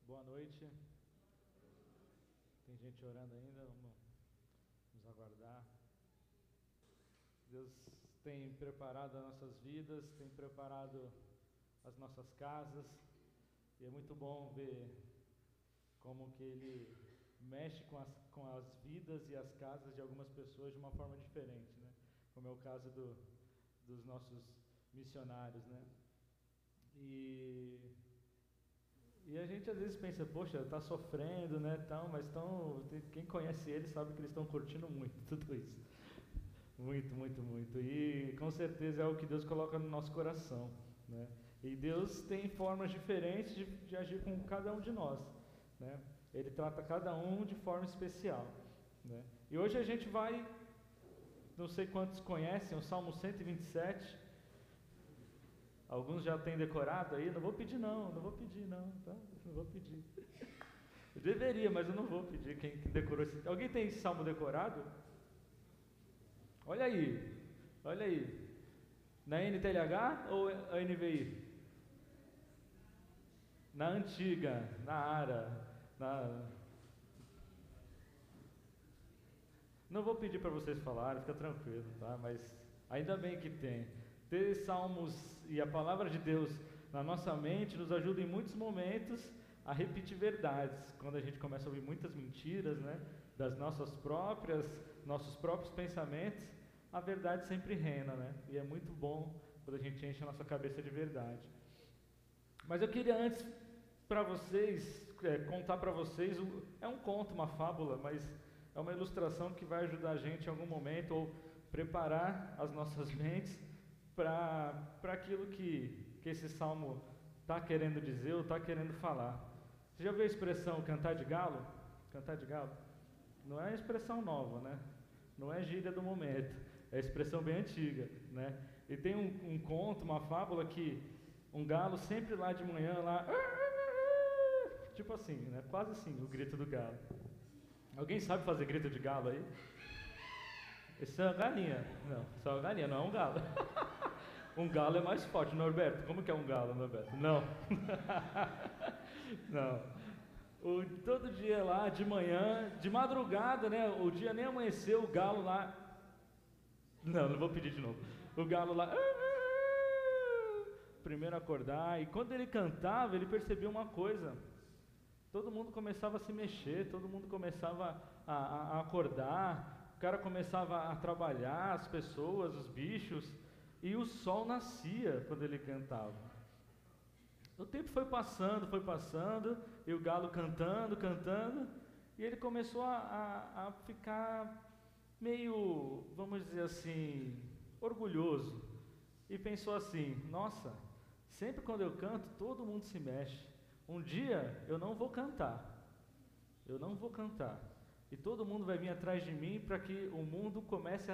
Boa noite. Tem gente orando ainda, vamos nos aguardar. Deus tem preparado as nossas vidas, tem preparado as nossas casas, e é muito bom ver como que Ele mexe com as vidas e as casas de algumas pessoas de uma forma diferente, né? Como é o caso dos nossos missionários, né? E a gente às vezes pensa, poxa, está sofrendo, né, mas quem conhece eles sabe que eles estão curtindo muito tudo isso. Muito, muito, muito. E com certeza é o que Deus coloca no nosso coração, né? E Deus tem formas diferentes de agir com cada um de nós, né? Ele trata cada um de forma especial, né? E hoje a gente vai, não sei quantos conhecem, o Salmo 127. Alguns já têm decorado aí, não vou pedir não, tá? Não vou pedir. Eu deveria, mas eu não vou pedir quem decorou esse. Alguém tem esse salmo decorado? Olha aí. Na NTLH ou a NVI? Na antiga, na ARA, Não vou pedir para vocês falarem, fica tranquilo, tá? Mas ainda bem que tem. Ter salmos e a palavra de Deus na nossa mente nos ajuda em muitos momentos a repetir verdades. Quando a gente começa a ouvir muitas mentiras, né, das nossos próprios pensamentos, a verdade sempre reina, né? E é muito bom quando a gente enche a nossa cabeça de verdade. Mas eu queria antes para vocês contar para vocês, é um conto, uma fábula, mas é uma ilustração que vai ajudar a gente em algum momento ou preparar as nossas mentes para aquilo que esse salmo está querendo dizer ou está querendo falar. Você já viu a expressão cantar de galo? Cantar de galo? Não é expressão nova, né? Não é gíria do momento, é expressão bem antiga, né? E tem um conto, uma fábula que um galo sempre lá de manhã, lá, tipo assim, né? Quase assim, o grito do galo. Alguém sabe fazer grito de galo aí? Isso é uma galinha. Não, isso é uma galinha, não é um galo. Um galo é mais forte, Norberto. Como que é um galo, Norberto? Não. Não. Todo dia lá, de manhã, de madrugada, né? O dia nem amanheceu, o galo lá... Não vou pedir de novo. O galo lá... Primeiro a acordar. E quando ele cantava, ele percebeu uma coisa. Todo mundo começava a se mexer, todo mundo começava a acordar. O cara começava a trabalhar, as pessoas, os bichos... E o sol nascia quando ele cantava. O tempo foi passando, e o galo cantando, e ele começou a ficar meio, vamos dizer assim, orgulhoso. E pensou assim, nossa, sempre quando eu canto, todo mundo se mexe. Um dia eu não vou cantar. E todo mundo vai vir atrás de mim para que o mundo comece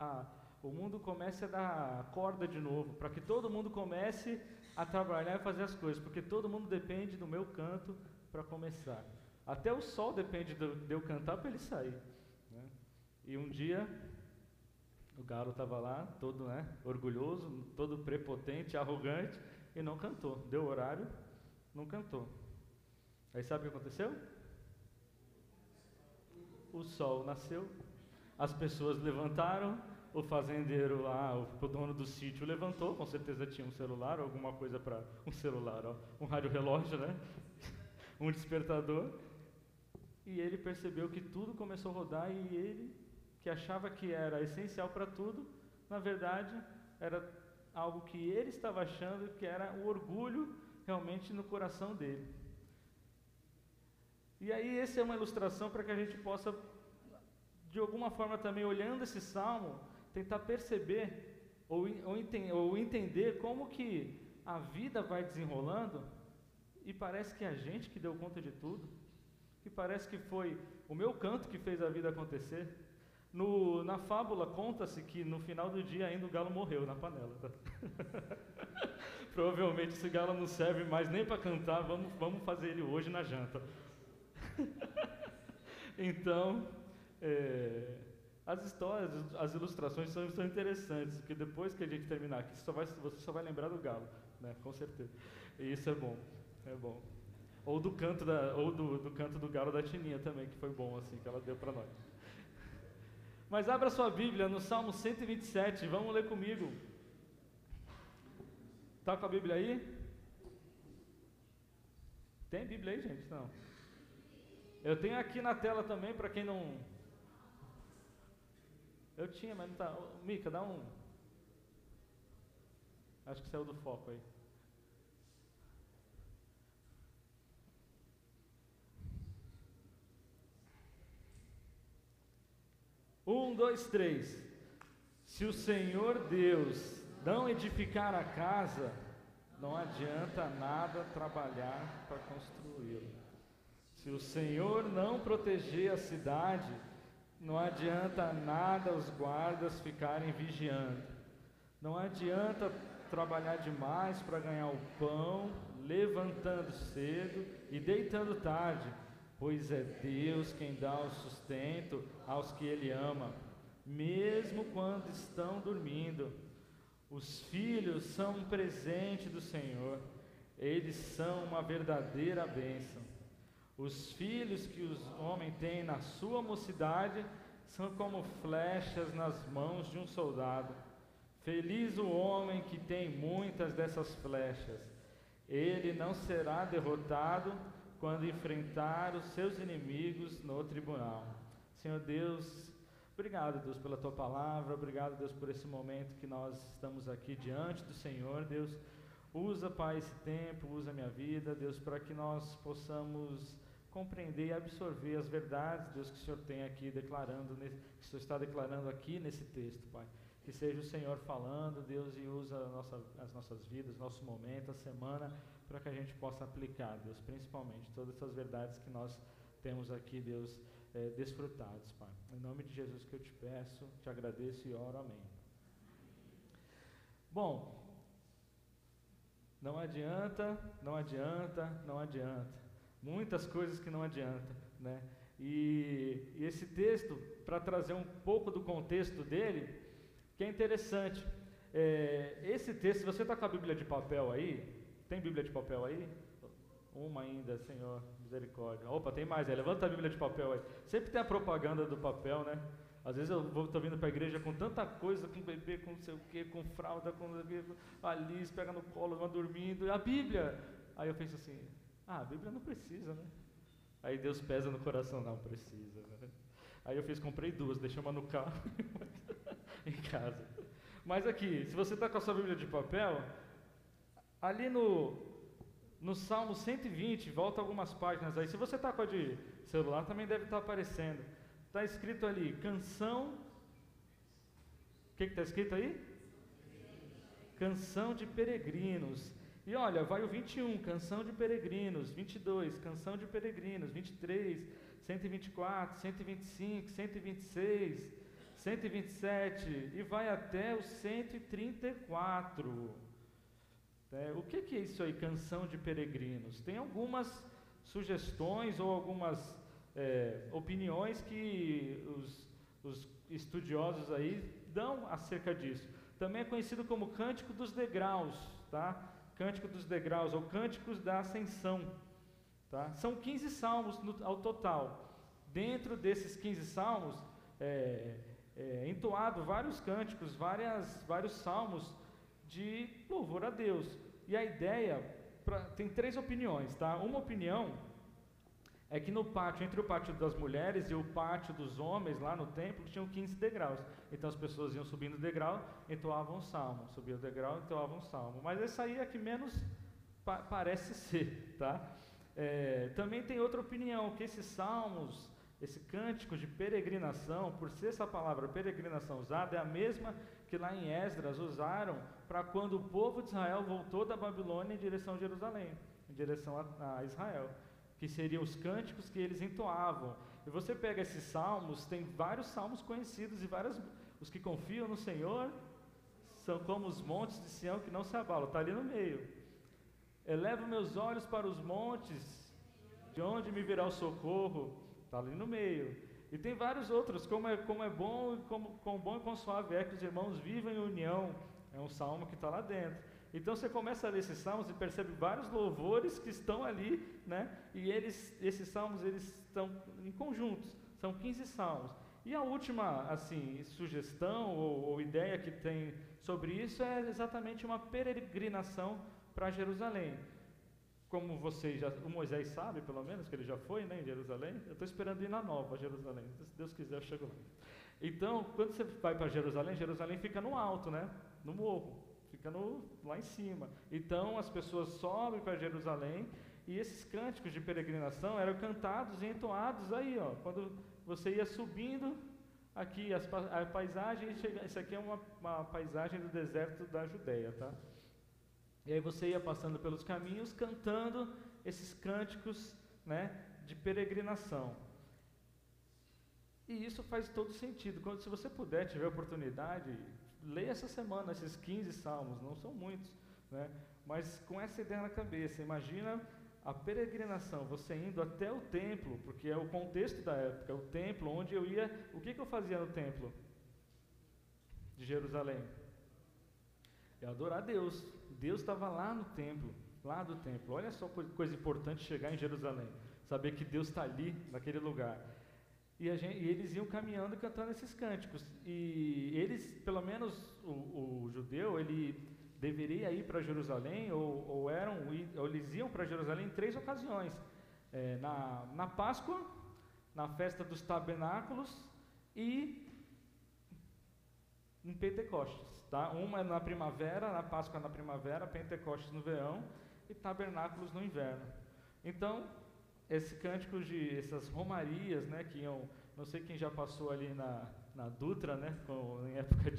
a dar corda de novo, para que todo mundo comece a trabalhar e fazer as coisas, porque todo mundo depende do meu canto para começar. Até o sol depende de eu cantar para ele sair, né? E um dia, o galo estava lá, todo, né, orgulhoso, todo prepotente, arrogante, e não cantou. Deu horário, não cantou. Aí sabe o que aconteceu? O sol nasceu, as pessoas levantaram, o fazendeiro lá, o dono do sítio levantou, com certeza tinha um celular, alguma coisa para... Um celular, ó, um rádio-relógio, né? Um despertador. E ele percebeu que tudo começou a rodar e ele, que achava que era essencial para tudo, na verdade, era algo que ele estava achando que era o orgulho realmente no coração dele. E aí essa é uma ilustração para que a gente possa, de alguma forma também, olhando esse salmo, tentar perceber ou entender como que a vida vai desenrolando e parece que é a gente que deu conta de tudo, que parece que foi o meu canto que fez a vida acontecer. Na fábula conta-se que no final do dia ainda o galo morreu na panela, tá? Provavelmente esse galo não serve mais nem para cantar, vamos fazer ele hoje na janta. Então, as histórias, as ilustrações são interessantes, porque depois que a gente terminar aqui, você só vai lembrar do galo, né? Com certeza. E isso é bom, é bom. Ou do canto do galo da Tininha também, que foi bom assim, que ela deu para nós. Mas abra sua Bíblia no Salmo 127, vamos ler comigo. Tá com a Bíblia aí? Tem Bíblia aí, gente? Não. Eu tenho aqui na tela também, para quem não... Eu tinha, mas não tá... Mica, dá um... Acho que saiu do foco aí. Um, dois, três. Se o Senhor Deus não edificar a casa, não adianta nada trabalhar para construí-la. Se o Senhor não proteger a cidade, não adianta nada os guardas ficarem vigiando. Não adianta trabalhar demais para ganhar o pão, levantando cedo e deitando tarde, pois é Deus quem dá o sustento aos que Ele ama, mesmo quando estão dormindo. Os filhos são um presente do Senhor, eles são uma verdadeira bênção. Os filhos que o homem tem na sua mocidade são como flechas nas mãos de um soldado. Feliz o homem que tem muitas dessas flechas. Ele não será derrotado quando enfrentar os seus inimigos no tribunal. Senhor Deus, obrigado, Deus, pela Tua palavra. Obrigado, Deus, por esse momento que nós estamos aqui diante do Senhor. Deus, usa, Pai, esse tempo, usa a minha vida, Deus, para que nós possamos compreender e absorver as verdades, Deus, que o Senhor tem aqui declarando, que o Senhor está declarando aqui nesse texto, Pai. Que seja o Senhor falando, Deus, e usa as nossas vidas, nosso momento, a semana, para que a gente possa aplicar, Deus, principalmente todas essas verdades que nós temos aqui, Deus, desfrutados, Pai. Em nome de Jesus que eu te peço, te agradeço e oro, amém. Bom, não adianta. Muitas coisas que não adianta, né? E esse texto, para trazer um pouco do contexto dele, que é interessante. Esse texto, se você está com a Bíblia de papel aí, tem Bíblia de papel aí? Uma ainda, Senhor, misericórdia. Opa, tem mais aí, levanta a Bíblia de papel aí. Sempre tem a propaganda do papel, né? Às vezes eu estou vindo para a igreja com tanta coisa, com bebê, com não sei o que, com fralda, com Alice, pega no colo, vai dormindo, e a Bíblia. Aí eu penso assim, a Bíblia não precisa, né? Aí Deus pesa no coração, não precisa, né? Aí eu comprei duas, deixei uma no carro em casa. Mas aqui, se você está com a sua Bíblia de papel, ali no Salmo 120, volta algumas páginas aí. Se você está com a de celular, também deve estar aparecendo. Está escrito ali, canção... O que está escrito aí? Canção de peregrinos. E olha, vai o 21, canção de peregrinos. 22, canção de peregrinos. 23, 124, 125, 126, 127 e vai até o 134. O que é isso aí, canção de peregrinos? Tem algumas sugestões ou algumas opiniões que os estudiosos aí dão acerca disso. Também é conhecido como Cântico dos Degraus, tá? Cântico dos Degraus ou Cânticos da Ascensão, tá? São 15 salmos ao total. Dentro desses 15 salmos, entoado vários cânticos, vários salmos de louvor a Deus. E a ideia, tem três opiniões, tá? Uma opinião é que no pátio, entre o pátio das mulheres e o pátio dos homens, lá no templo, tinham 15 degraus. Então as pessoas iam subindo o degrau, entoavam um salmo, subiam o degrau, entoavam um salmo. Mas essa aí é a que menos parece ser, tá? Também tem outra opinião, que esses salmos, esse cântico de peregrinação, por ser essa palavra peregrinação usada, é a mesma que lá em Esdras usaram para quando o povo de Israel voltou da Babilônia em direção a Jerusalém, em direção a Israel, que seriam os cânticos que eles entoavam. E você pega esses salmos, tem vários salmos conhecidos e os que confiam no Senhor são como os montes de Sião que não se abalam, está ali no meio. Elevo meus olhos para os montes, de onde me virá o socorro, está ali no meio. E tem vários outros, como é bom e quão bom e quão suave é que os irmãos vivam em união, é um salmo que está lá dentro. Então você começa a ler esses salmos e percebe vários louvores que estão ali, né? E esses salmos eles estão em conjuntos, são 15 salmos. E a última assim, sugestão ou ideia que tem sobre isso é exatamente uma peregrinação para Jerusalém. Como vocês já, o Moisés sabe, pelo menos, que ele já foi, né, em Jerusalém. Eu estou esperando ir na nova Jerusalém. Se Deus quiser, eu chego lá. Então, quando você vai para Jerusalém, Jerusalém fica no alto, né? No morro, fica lá em cima. Então, as pessoas sobem para Jerusalém e esses cânticos de peregrinação eram cantados e entoados aí, ó. Quando você ia subindo aqui, a paisagem, isso aqui é uma paisagem do deserto da Judéia, tá? E aí você ia passando pelos caminhos, cantando esses cânticos, né, de peregrinação. E isso faz todo sentido. Se você puder, tiver oportunidade, leia essa semana esses 15 salmos, não são muitos, né? Mas com essa ideia na cabeça, imagina a peregrinação, você indo até o templo, porque é o contexto da época, o templo onde eu ia. O que eu fazia no templo de Jerusalém? Eu adorar Deus. Deus estava lá no templo, lá do templo. Olha só coisa importante chegar em Jerusalém, saber que Deus está ali, naquele lugar. E eles iam caminhando e cantando esses cânticos. E eles, pelo menos o judeu, ele deveria ir para Jerusalém, ou eles iam para Jerusalém em 3 ocasiões. Na Páscoa, na festa dos tabernáculos e em Pentecostes. Tá? Uma é na primavera, na Páscoa na primavera, Pentecostes no verão e tabernáculos no inverno. Então, esse cântico essas romarias, né, que iam, não sei quem já passou ali na Dutra, né, em época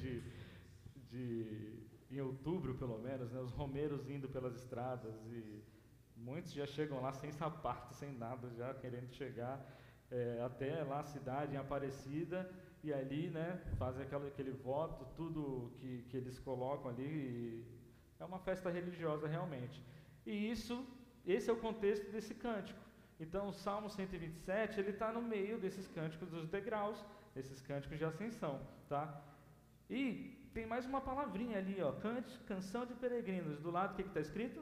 em outubro pelo menos, né, os romeiros indo pelas estradas e muitos já chegam lá sem sapato, sem nada, já querendo chegar até lá a cidade em Aparecida. E ali, né, fazem aquele voto, tudo que eles colocam ali, é uma festa religiosa realmente. E esse é o contexto desse cântico. Então o Salmo 127, ele está no meio desses cânticos dos degraus, esses cânticos de ascensão, tá? E tem mais uma palavrinha ali, ó, canção de peregrinos. Do lado, o que está escrito?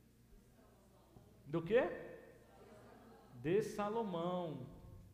Do quê? De Salomão.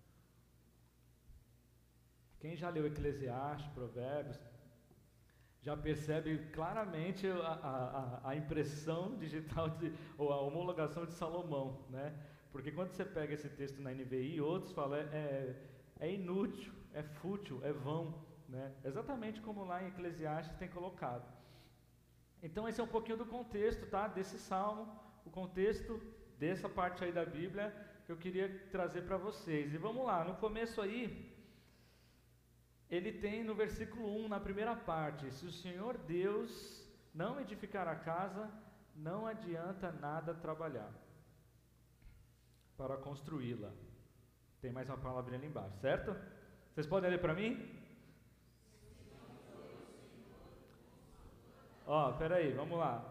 Quem já leu Eclesiastes, Provérbios, já percebe claramente a impressão digital ou a homologação de Salomão, né? Porque quando você pega esse texto na NVI, outros falam é inútil, é fútil, é vão, né? Exatamente como lá em Eclesiastes tem colocado. Então esse é um pouquinho do contexto, tá? Desse salmo, o contexto dessa parte aí da Bíblia que eu queria trazer para vocês. E vamos lá, no começo aí, ele tem no versículo 1, na primeira parte: se o Senhor Deus não edificar a casa, não adianta nada trabalhar para construí-la. Tem mais uma palavrinha ali embaixo, certo? Vocês podem ler para mim? Ó, peraí, vamos lá.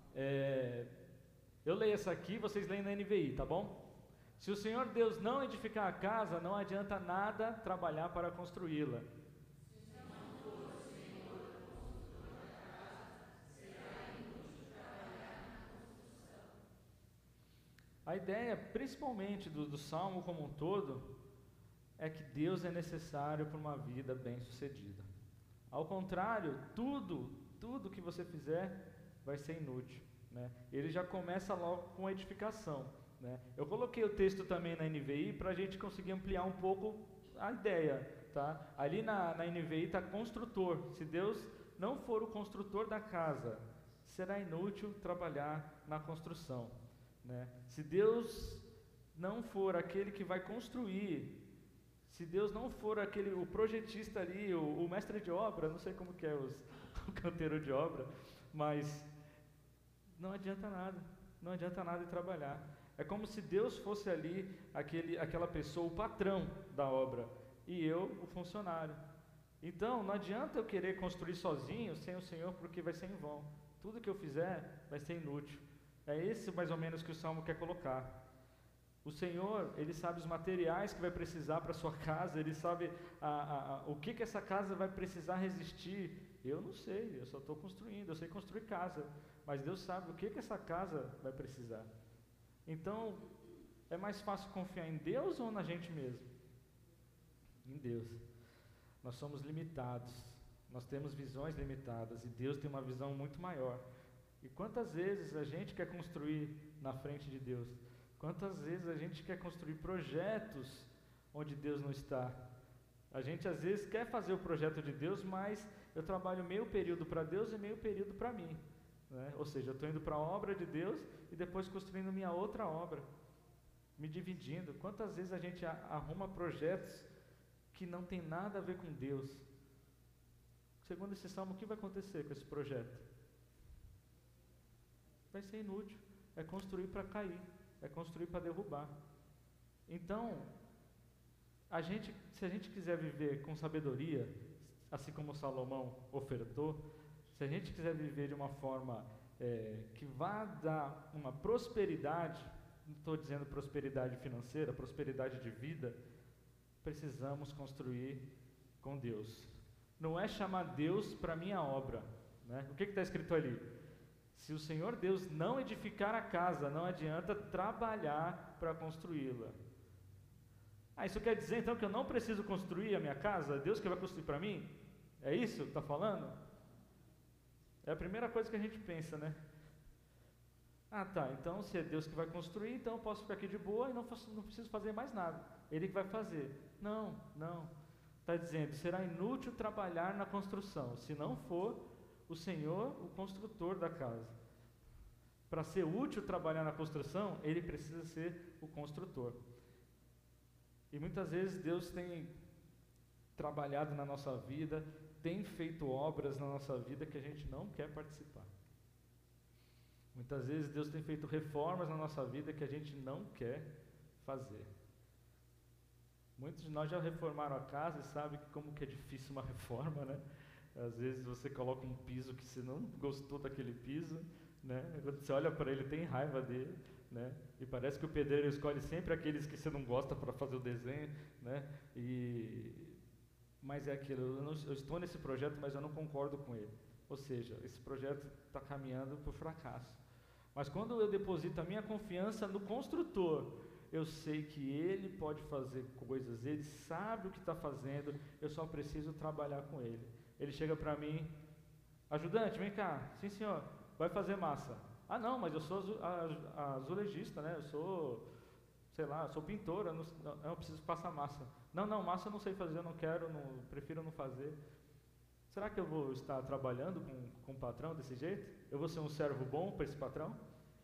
Eu leio essa aqui, vocês leem na NVI, tá bom? Se o Senhor Deus não edificar a casa, não adianta nada trabalhar para construí-la. A ideia, principalmente do Salmo como um todo, é que Deus é necessário para uma vida bem-sucedida. Ao contrário, tudo que você fizer vai ser inútil, né? Ele já começa logo com a edificação, né? Eu coloquei o texto também na NVI para a gente conseguir ampliar um pouco a ideia, tá? Ali na NVI está construtor. Se Deus não for o construtor da casa, será inútil trabalhar na construção, né? Se Deus não for aquele que vai construir, se Deus não for o projetista ali, o mestre de obra, não sei como que é o canteiro de obra, mas não adianta nada de trabalhar. É como se Deus fosse ali aquela pessoa, o patrão da obra, e eu, o funcionário. Então, não adianta eu querer construir sozinho, sem o Senhor, porque vai ser em vão. Tudo que eu fizer vai ser inútil. É esse mais ou menos que o Salmo quer colocar. O Senhor, Ele sabe os materiais que vai precisar para a sua casa, Ele sabe o que essa casa vai precisar resistir. Eu não sei, eu só estou construindo, eu sei construir casa, mas Deus sabe o que essa casa vai precisar. Então, é mais fácil confiar em Deus ou na gente mesmo? Em Deus. Nós somos limitados, nós temos visões limitadas e Deus tem uma visão muito maior. E quantas vezes a gente quer construir na frente de Deus? Quantas vezes a gente quer construir projetos onde Deus não está? A gente às vezes quer fazer o projeto de Deus, mas eu trabalho meio período para Deus e meio período para mim, né? Ou seja, eu estou indo para a obra de Deus e depois construindo minha outra obra, me dividindo. Quantas vezes a gente arruma projetos que não tem nada a ver com Deus? Segundo esse salmo, o que vai acontecer com esse projeto? Vai ser inútil, é construir para cair, é construir para derrubar. Então, se a gente quiser viver com sabedoria, assim como Salomão ofertou, se a gente quiser viver de uma forma que vá dar uma prosperidade, não estou dizendo prosperidade financeira, prosperidade de vida, precisamos construir com Deus. Não é chamar Deus para a minha obra, né? O que está escrito ali? Se o Senhor Deus não edificar a casa, não adianta trabalhar para construí-la. Isso quer dizer então que eu não preciso construir a minha casa? É Deus que vai construir para mim? É isso que está falando? É a primeira coisa que a gente pensa, né? Então se é Deus que vai construir, então eu posso ficar aqui de boa e não preciso fazer mais nada. Ele que vai fazer. Não. Está dizendo, será inútil trabalhar na construção, se não for o Senhor o construtor da casa. Para ser útil trabalhar na construção, Ele precisa ser o construtor. E muitas vezes Deus tem trabalhado na nossa vida, tem feito obras na nossa vida que a gente não quer participar. Muitas vezes Deus tem feito reformas na nossa vida que a gente não quer fazer. Muitos de nós já reformaram a casa e sabem como que é difícil uma reforma, né? Às vezes você coloca um piso que você não gostou daquele piso, né? Quando você olha para ele, tem raiva dele, né? E parece que o pedreiro escolhe sempre aqueles que você não gosta para fazer o desenho, né? Mas é aquilo, eu estou nesse projeto, mas eu não concordo com ele. Ou seja, esse projeto está caminhando para o fracasso. Mas quando eu deposito a minha confiança no construtor, eu sei que ele pode fazer coisas, ele sabe o que está fazendo, eu só preciso trabalhar com ele. Ele chega para mim, ajudante, vem cá, sim senhor, vai fazer massa. Não, mas eu sou azulejista, né? Eu sou, eu sou pintor, eu preciso passar massa. Não, massa eu não sei fazer, eu não quero, prefiro não fazer. Será que eu vou estar trabalhando com o patrão desse jeito? Eu vou ser um servo bom para esse patrão?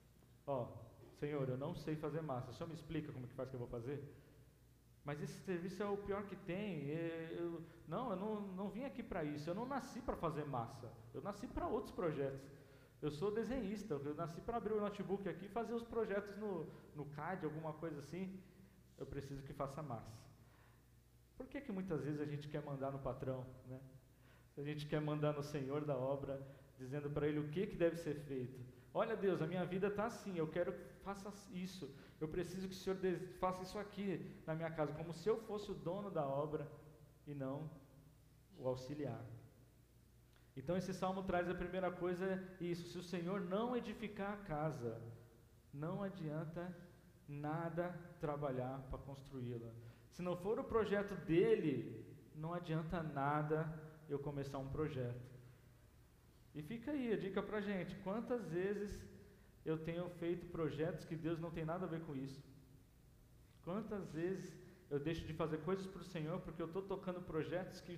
Senhor, eu não sei fazer massa, o senhor me explica como que faz que eu vou fazer? Mas esse serviço é o pior que tem, eu não vim aqui para isso, eu não nasci para fazer massa, eu nasci para outros projetos. Eu sou desenhista, eu nasci para abrir o notebook aqui e fazer os projetos no CAD, alguma coisa assim, eu preciso que faça massa. Por que muitas vezes a gente quer mandar no patrão, né? A gente quer mandar no Senhor da obra, dizendo para Ele o que deve ser feito. Olha Deus, a minha vida está assim, eu quero que faça isso, eu preciso que o Senhor faça isso aqui na minha casa, como se eu fosse o dono da obra e não o auxiliar. Então esse salmo traz a primeira coisa, isso, se o Senhor não edificar a casa, não adianta nada trabalhar para construí-la. Se não for o projeto dele, não adianta nada eu começar um projeto. E fica aí a dica pra gente, quantas vezes eu tenho feito projetos que Deus não tem nada a ver com isso? Quantas vezes eu deixo de fazer coisas para o Senhor porque eu estou tocando projetos que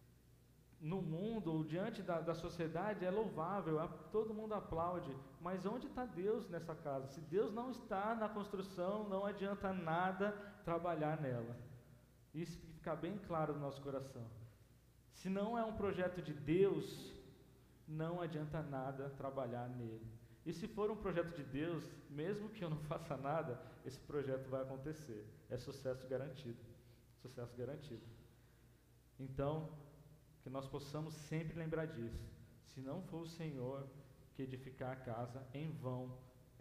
no mundo, ou diante da sociedade, é louvável, todo mundo aplaude, mas onde está Deus nessa casa? Se Deus não está na construção, não adianta nada trabalhar nela. Isso tem que ficar bem claro no nosso coração. Se não é um projeto de Deus, não adianta nada trabalhar nele. E se for um projeto de Deus, mesmo que eu não faça nada, esse projeto vai acontecer. É sucesso garantido. Sucesso garantido. Então, que nós possamos sempre lembrar disso. Se não for o Senhor que edificar a casa, em vão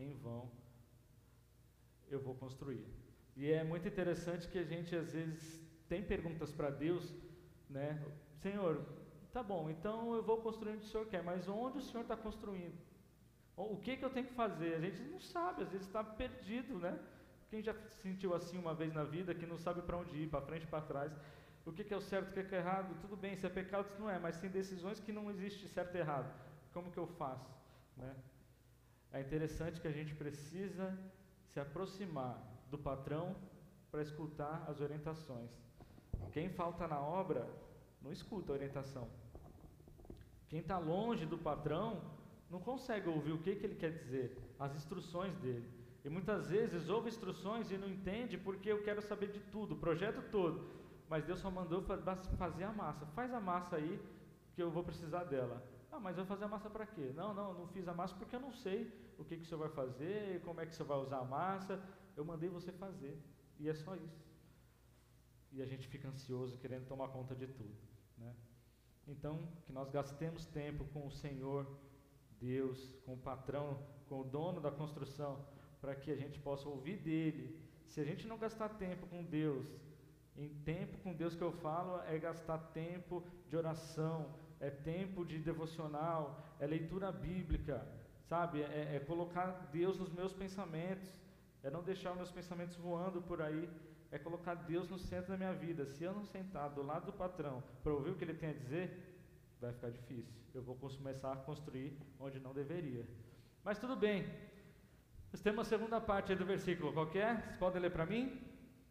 eu vou construir. E é muito interessante que a gente às vezes tem perguntas para Deus, né? Senhor, tá bom, então eu vou construir onde o Senhor quer, mas onde o Senhor está construindo? O que eu tenho que fazer? A gente não sabe, às vezes está perdido, né? Quem já se sentiu assim uma vez na vida, que não sabe para onde ir, para frente e para trás, o que é o certo, o que é errado, tudo bem, se é pecado, isso não é, mas tem decisões que não existe certo e errado, como que eu faço? Né? É interessante que a gente precisa se aproximar do patrão para escutar as orientações. Quem falta na obra, não escuta a orientação. Quem está longe do patrão, não consegue ouvir o que ele quer dizer, as instruções dele. E muitas vezes ouve instruções e não entende porque eu quero saber de tudo, o projeto todo. Mas Deus só mandou fazer a massa. Faz a massa aí que eu vou precisar dela. Ah, mas eu vou fazer a massa para quê? Não fiz a massa porque eu não sei o que o senhor vai fazer, como é que o senhor vai usar a massa. Eu mandei você fazer. E é só isso. E a gente fica ansioso, querendo tomar conta de tudo, né? Então, que nós gastemos tempo com o Senhor, Deus, com o patrão, com o dono da construção, para que a gente possa ouvir dele. Se a gente não gastar tempo com Deus, em tempo com Deus que eu falo é gastar tempo de oração, é tempo de devocional, é leitura bíblica, sabe? É colocar Deus nos meus pensamentos, é não deixar os meus pensamentos voando por aí, é colocar Deus no centro da minha vida. Se eu não sentar do lado do patrão para ouvir o que ele tem a dizer, vai ficar difícil. Eu vou começar a construir onde não deveria. Mas tudo bem. Nós temos a segunda parte aí do versículo. Qual que é? Vocês podem ler para mim?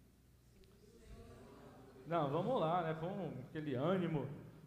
Não, vamos lá, né? Com aquele ânimo.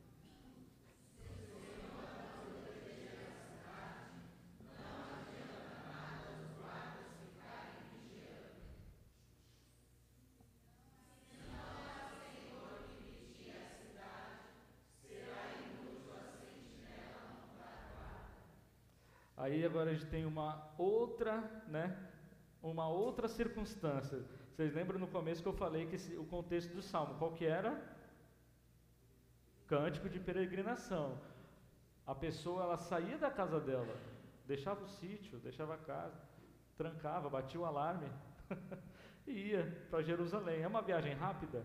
Aí agora a gente tem uma outra, né? Uma outra circunstância. Vocês lembram no começo que eu falei que o contexto do Salmo, qual que era? Cântico de peregrinação. A pessoa, ela saía da casa dela, deixava o sítio, deixava a casa, trancava, batia o alarme e ia para Jerusalém. É uma viagem rápida?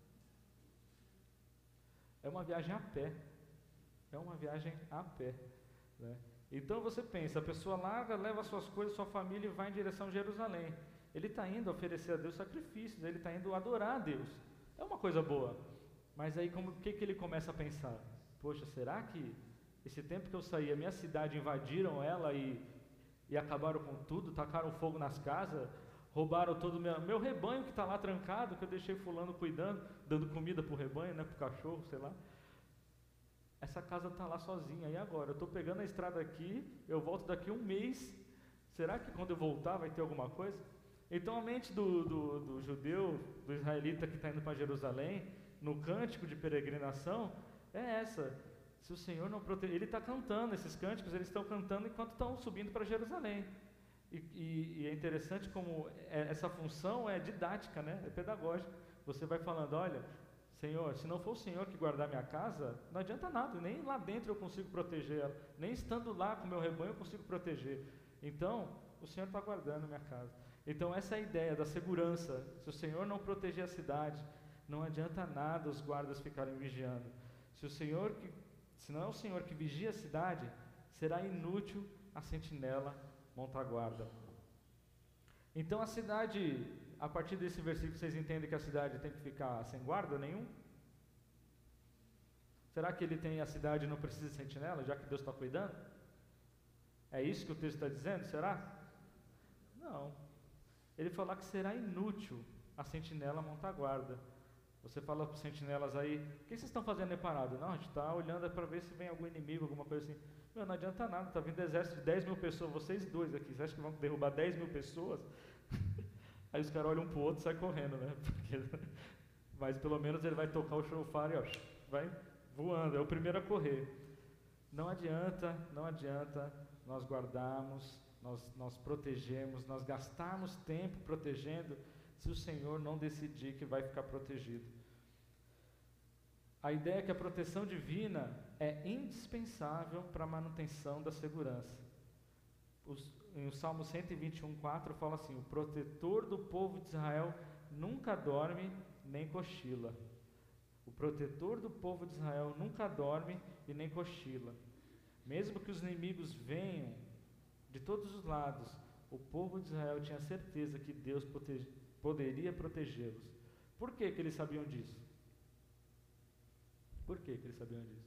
É uma viagem a pé. É uma viagem a pé, né? Então você pensa, a pessoa larga, leva suas coisas, sua família e vai em direção a Jerusalém. Ele está indo oferecer a Deus sacrifícios, ele está indo adorar a Deus. É uma coisa boa. Mas aí o que ele começa a pensar? Poxa, será que esse tempo que eu saí, a minha cidade invadiram ela e acabaram com tudo, tacaram fogo nas casas, roubaram todo o meu rebanho que está lá trancado, que eu deixei fulano cuidando, dando comida para o rebanho, né, para o cachorro, sei lá. Essa casa está lá sozinha, e agora? Eu estou pegando a estrada aqui, eu volto daqui um mês, será que quando eu voltar vai ter alguma coisa? Então a mente do judeu, do israelita que está indo para Jerusalém, no cântico de peregrinação, é essa. Se o Senhor não proteger, ele está cantando, esses cânticos eles estão cantando enquanto estão subindo para Jerusalém. E é interessante como essa função é didática, né? É pedagógica. Você vai falando, olha, Senhor, se não for o Senhor que guardar minha casa, não adianta nada, nem lá dentro eu consigo proteger ela, nem estando lá com o meu rebanho eu consigo proteger. Então, o Senhor está guardando minha casa. Então, essa é a ideia da segurança. Se o Senhor não proteger a cidade, não adianta nada os guardas ficarem vigiando. Se não é o Senhor que vigia a cidade, será inútil a sentinela montar guarda. Então, a cidade, a partir desse versículo, vocês entendem que a cidade tem que ficar sem guarda nenhum? Será que a cidade não precisa de sentinela, já que Deus está cuidando? É isso que o texto está dizendo, será? Não. Ele fala que será inútil a sentinela montar guarda. Você fala para os sentinelas aí, o que vocês estão fazendo aí parado? Não, a gente está olhando para ver se vem algum inimigo, alguma coisa assim. Meu, não adianta nada, está vindo exército de 10 mil pessoas, vocês dois aqui, vocês acham que vão derrubar 10 mil pessoas? Aí os caras olham um para o outro e saem correndo, né? Mas pelo menos ele vai tocar o chofar e ó, vai voando, é o primeiro a correr. Não adianta nós guardarmos, nós protegemos, nós gastarmos tempo protegendo, se o Senhor não decidir que vai ficar protegido. A ideia é que a proteção divina é indispensável para a manutenção da segurança. Em o Salmo 121:4 fala assim, o protetor do povo de Israel nunca dorme nem cochila. O protetor do povo de Israel nunca dorme e nem cochila. Mesmo que os inimigos venham de todos os lados, o povo de Israel tinha certeza que Deus poderia protegê-los. Por que que eles sabiam disso? Por que que eles sabiam disso?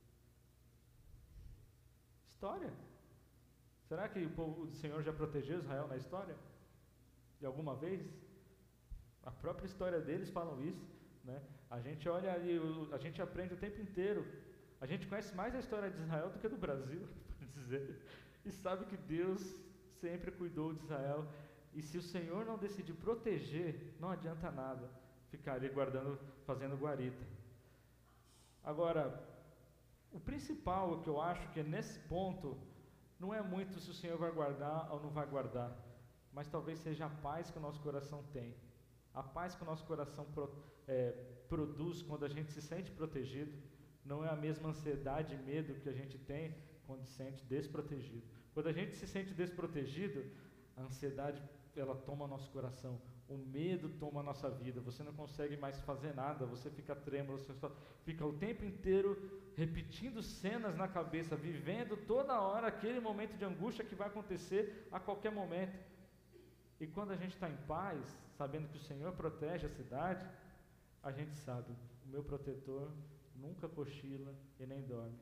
História. Será que o povo do Senhor já protegeu Israel na história? De alguma vez? A própria história deles falam isso, né? A gente olha ali, a gente aprende o tempo inteiro. A gente conhece mais a história de Israel do que do Brasil, por dizer. E sabe que Deus sempre cuidou de Israel. E se o Senhor não decidir proteger, não adianta nada ficar ali guardando, fazendo guarita. Agora, o principal que eu acho que é nesse ponto, não é muito se o Senhor vai guardar ou não vai guardar, mas talvez seja a paz que o nosso coração tem. A paz que o nosso coração produz quando a gente se sente protegido, não é a mesma ansiedade e medo que a gente tem quando se sente desprotegido. Quando a gente se sente desprotegido, a ansiedade ela toma nosso coração, o medo toma a nossa vida, você não consegue mais fazer nada, você fica trêmulo, você só fica o tempo inteiro repetindo cenas na cabeça, vivendo toda hora aquele momento de angústia que vai acontecer a qualquer momento. E quando a gente está em paz, sabendo que o Senhor protege a cidade, a gente sabe, o meu protetor nunca cochila e nem dorme.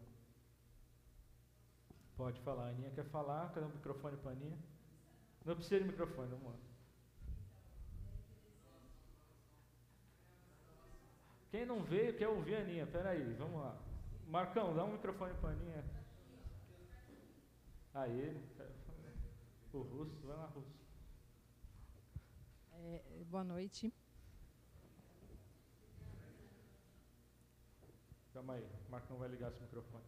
Pode falar, a Aninha quer falar, cadê o microfone para a Aninha? Não precisa de microfone, vamos lá. Quem não veio quer ouvir a Aninha, peraí, vamos lá. Marcão, dá um microfone para a Aninha. Aí, o Russo, vai lá, Russo. Boa noite. Calma aí, o Marcão vai ligar esse microfone.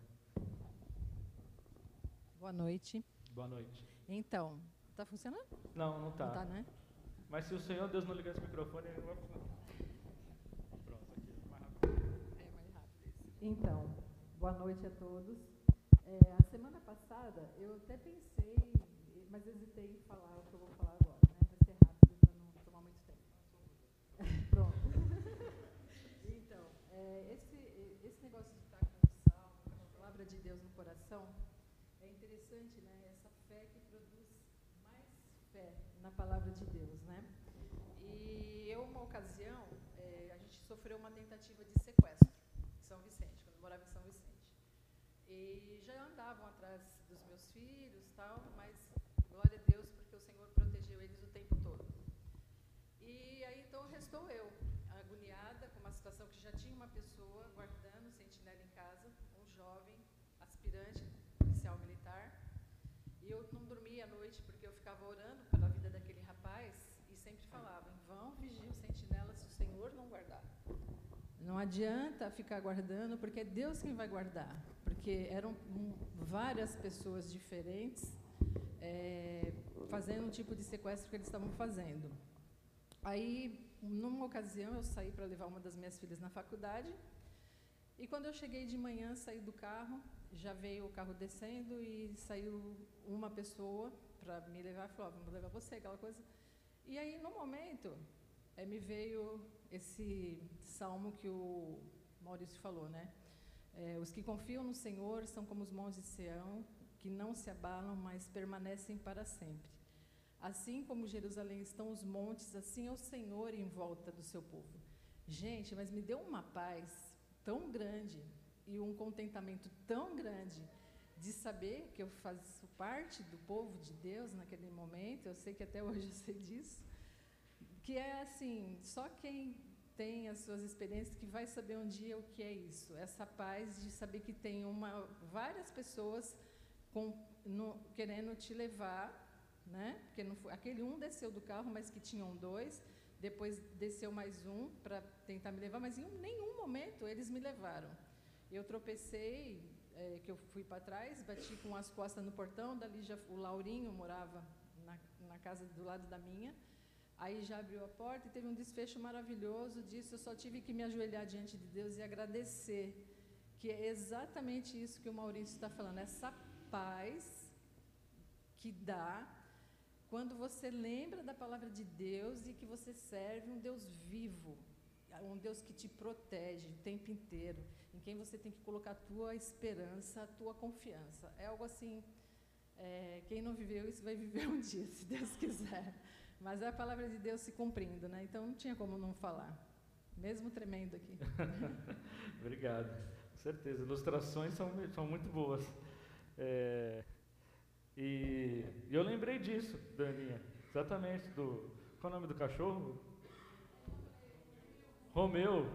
Boa noite. Boa noite. Então, tá funcionando? Não, não tá. Não tá, né? Mas se o Senhor Deus não ligar esse microfone, ele não vai funcionar. Pronto, aqui, mais rápido. É mais rápido isso. Então, boa noite a todos. A semana passada, eu até pensei, mas hesitei em falar o que eu vou falar agora, né? Vai ser rápido para não tomar muito tempo. Pronto. Então, esse negócio de estar com o salmo, com a palavra de Deus no coração, é interessante, né? Essa fé que produz mais fé na palavra de Deus, né? E uma ocasião, a gente sofreu uma tentativa de sequestro em São Vicente, quando eu morava em São Vicente. E já andavam atrás dos meus filhos, tal, mas glória a Deus, porque o Senhor protegeu eles o tempo todo. E aí então restou eu, agoniada, com uma situação que já tinha uma pessoa guardando, sentinela em casa, um jovem, aspirante, policial militar, e eu não dormia à noite porque eu ficava orando pela vida daquele rapaz e sempre falava, em vão vigia o sentinela se o Senhor não guardar. Não adianta ficar guardando, porque é Deus quem vai guardar, porque eram várias pessoas diferentes fazendo um tipo de sequestro que eles estavam fazendo. Aí, numa ocasião, eu saí para levar uma das minhas filhas na faculdade, e quando eu cheguei de manhã, saí do carro, já veio o carro descendo e saiu uma pessoa para me levar, falou, vamos levar você, aquela coisa. E aí, no momento, me veio esse salmo que o Maurício falou, né? Os que confiam no Senhor são como os montes de Sião, que não se abalam, mas permanecem para sempre. Assim como Jerusalém estão os montes, assim é o Senhor em volta do seu povo. Gente, mas me deu uma paz tão grande e um contentamento tão grande de saber que eu faço parte do povo de Deus naquele momento, eu sei que até hoje eu sei disso, que é assim, só quem tem as suas experiências que vai saber um dia o que é isso, essa paz de saber que tem várias pessoas querendo te levar, né? Porque não foi, aquele um desceu do carro, mas que tinham dois, depois desceu mais um para tentar me levar, mas em nenhum momento eles me levaram. Eu tropecei, que eu fui para trás, bati com as costas no portão, dali já o Laurinho morava na casa do lado da minha, aí já abriu a porta e teve um desfecho maravilhoso disso. Eu só tive que me ajoelhar diante de Deus e agradecer, que é exatamente isso que o Maurício está falando, essa paz que dá quando você lembra da palavra de Deus e que você serve um Deus vivo, um Deus que te protege o tempo inteiro, em quem você tem que colocar a tua esperança, a tua confiança. É algo assim, quem não viveu isso vai viver um dia, se Deus quiser. Mas é a palavra de Deus se cumprindo, né? Então não tinha como não falar, mesmo tremendo aqui. Obrigado, com certeza. Ilustrações são muito boas. E eu lembrei disso, Daninha, exatamente, qual é o nome do cachorro? Romeu.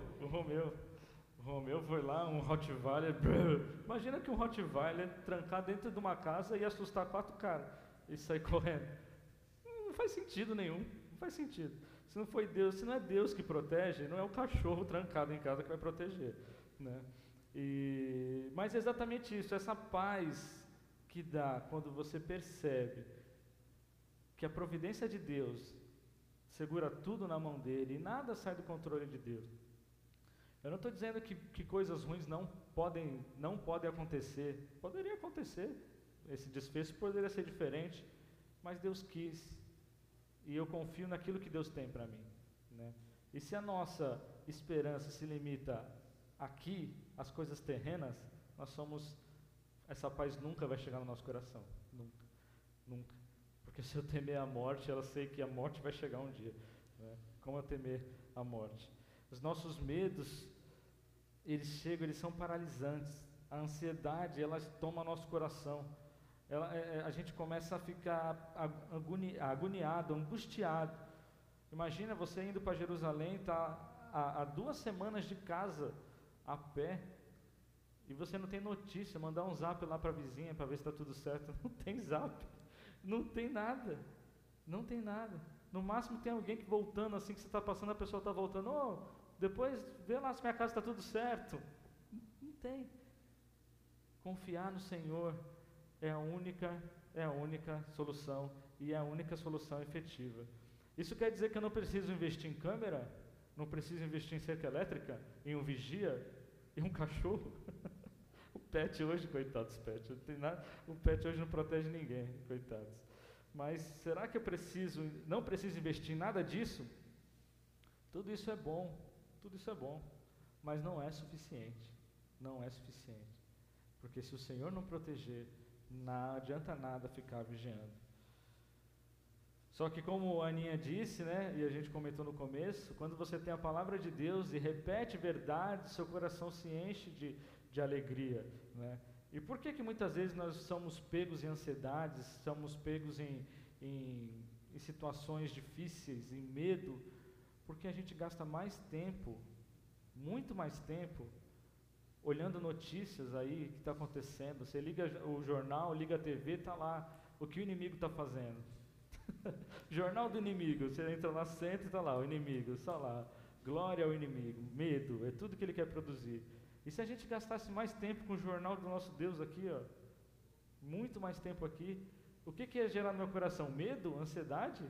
O Romeu foi lá, um Rottweiler. Imagina que um Rottweiler trancar dentro de uma casa e assustar 4 caras e sair correndo. Não faz sentido nenhum, não faz sentido. Se não foi Deus, se não é Deus que protege, não é o cachorro trancado em casa que vai proteger, né? Mas é exatamente isso, essa paz que dá quando você percebe que a providência de Deus segura tudo na mão dele e nada sai do controle de Deus. Eu não estou dizendo que coisas ruins não podem acontecer. Poderia acontecer, esse desfecho poderia ser diferente, mas Deus quis. E eu confio naquilo que Deus tem para mim, né? E se a nossa esperança se limita aqui, às coisas terrenas, essa paz nunca vai chegar no nosso coração. Nunca. Nunca. Porque se eu temer a morte, eu sei que a morte vai chegar um dia, né? Como eu temer a morte? Os nossos medos, eles chegam, eles são paralisantes. A ansiedade, ela toma nosso coração. A gente começa a ficar agoniado, angustiado. Imagina você indo para Jerusalém, está há 2 semanas de casa, a pé, e você não tem notícia, mandar um zap lá para a vizinha para ver se está tudo certo. Não tem zap, não tem nada, não tem nada. No máximo tem alguém que voltando, assim que você está passando, a pessoa está voltando, depois vê lá se minha casa está tudo certo. Não tem. Confiar no Senhor é a única solução, e é a única solução efetiva. Isso quer dizer que eu não preciso investir em câmera, não preciso investir em cerca elétrica, em um vigia, em um cachorro. O pet hoje, coitados, pet, não tem nada, o pet hoje não protege ninguém, coitados. Mas será que eu não preciso investir em nada disso? Tudo isso é bom, mas não é suficiente, porque se o Senhor não proteger, não adianta nada ficar vigiando. Só que como a Aninha disse, né, e a gente comentou no começo, quando você tem a palavra de Deus e repete verdade, seu coração se enche de alegria, né? E por que muitas vezes nós somos pegos em ansiedades, somos pegos em situações difíceis, em medo? Porque a gente gasta mais tempo, muito mais tempo, olhando notícias aí que está acontecendo. Você liga o jornal, liga a TV, está lá o que o inimigo está fazendo. Jornal do inimigo, você entra lá, senta e está lá o inimigo, está lá, glória ao inimigo, medo, é tudo que ele quer produzir. E se a gente gastasse mais tempo com o jornal do nosso Deus aqui, muito mais tempo aqui, o que ia gerar no meu coração? Medo? Ansiedade?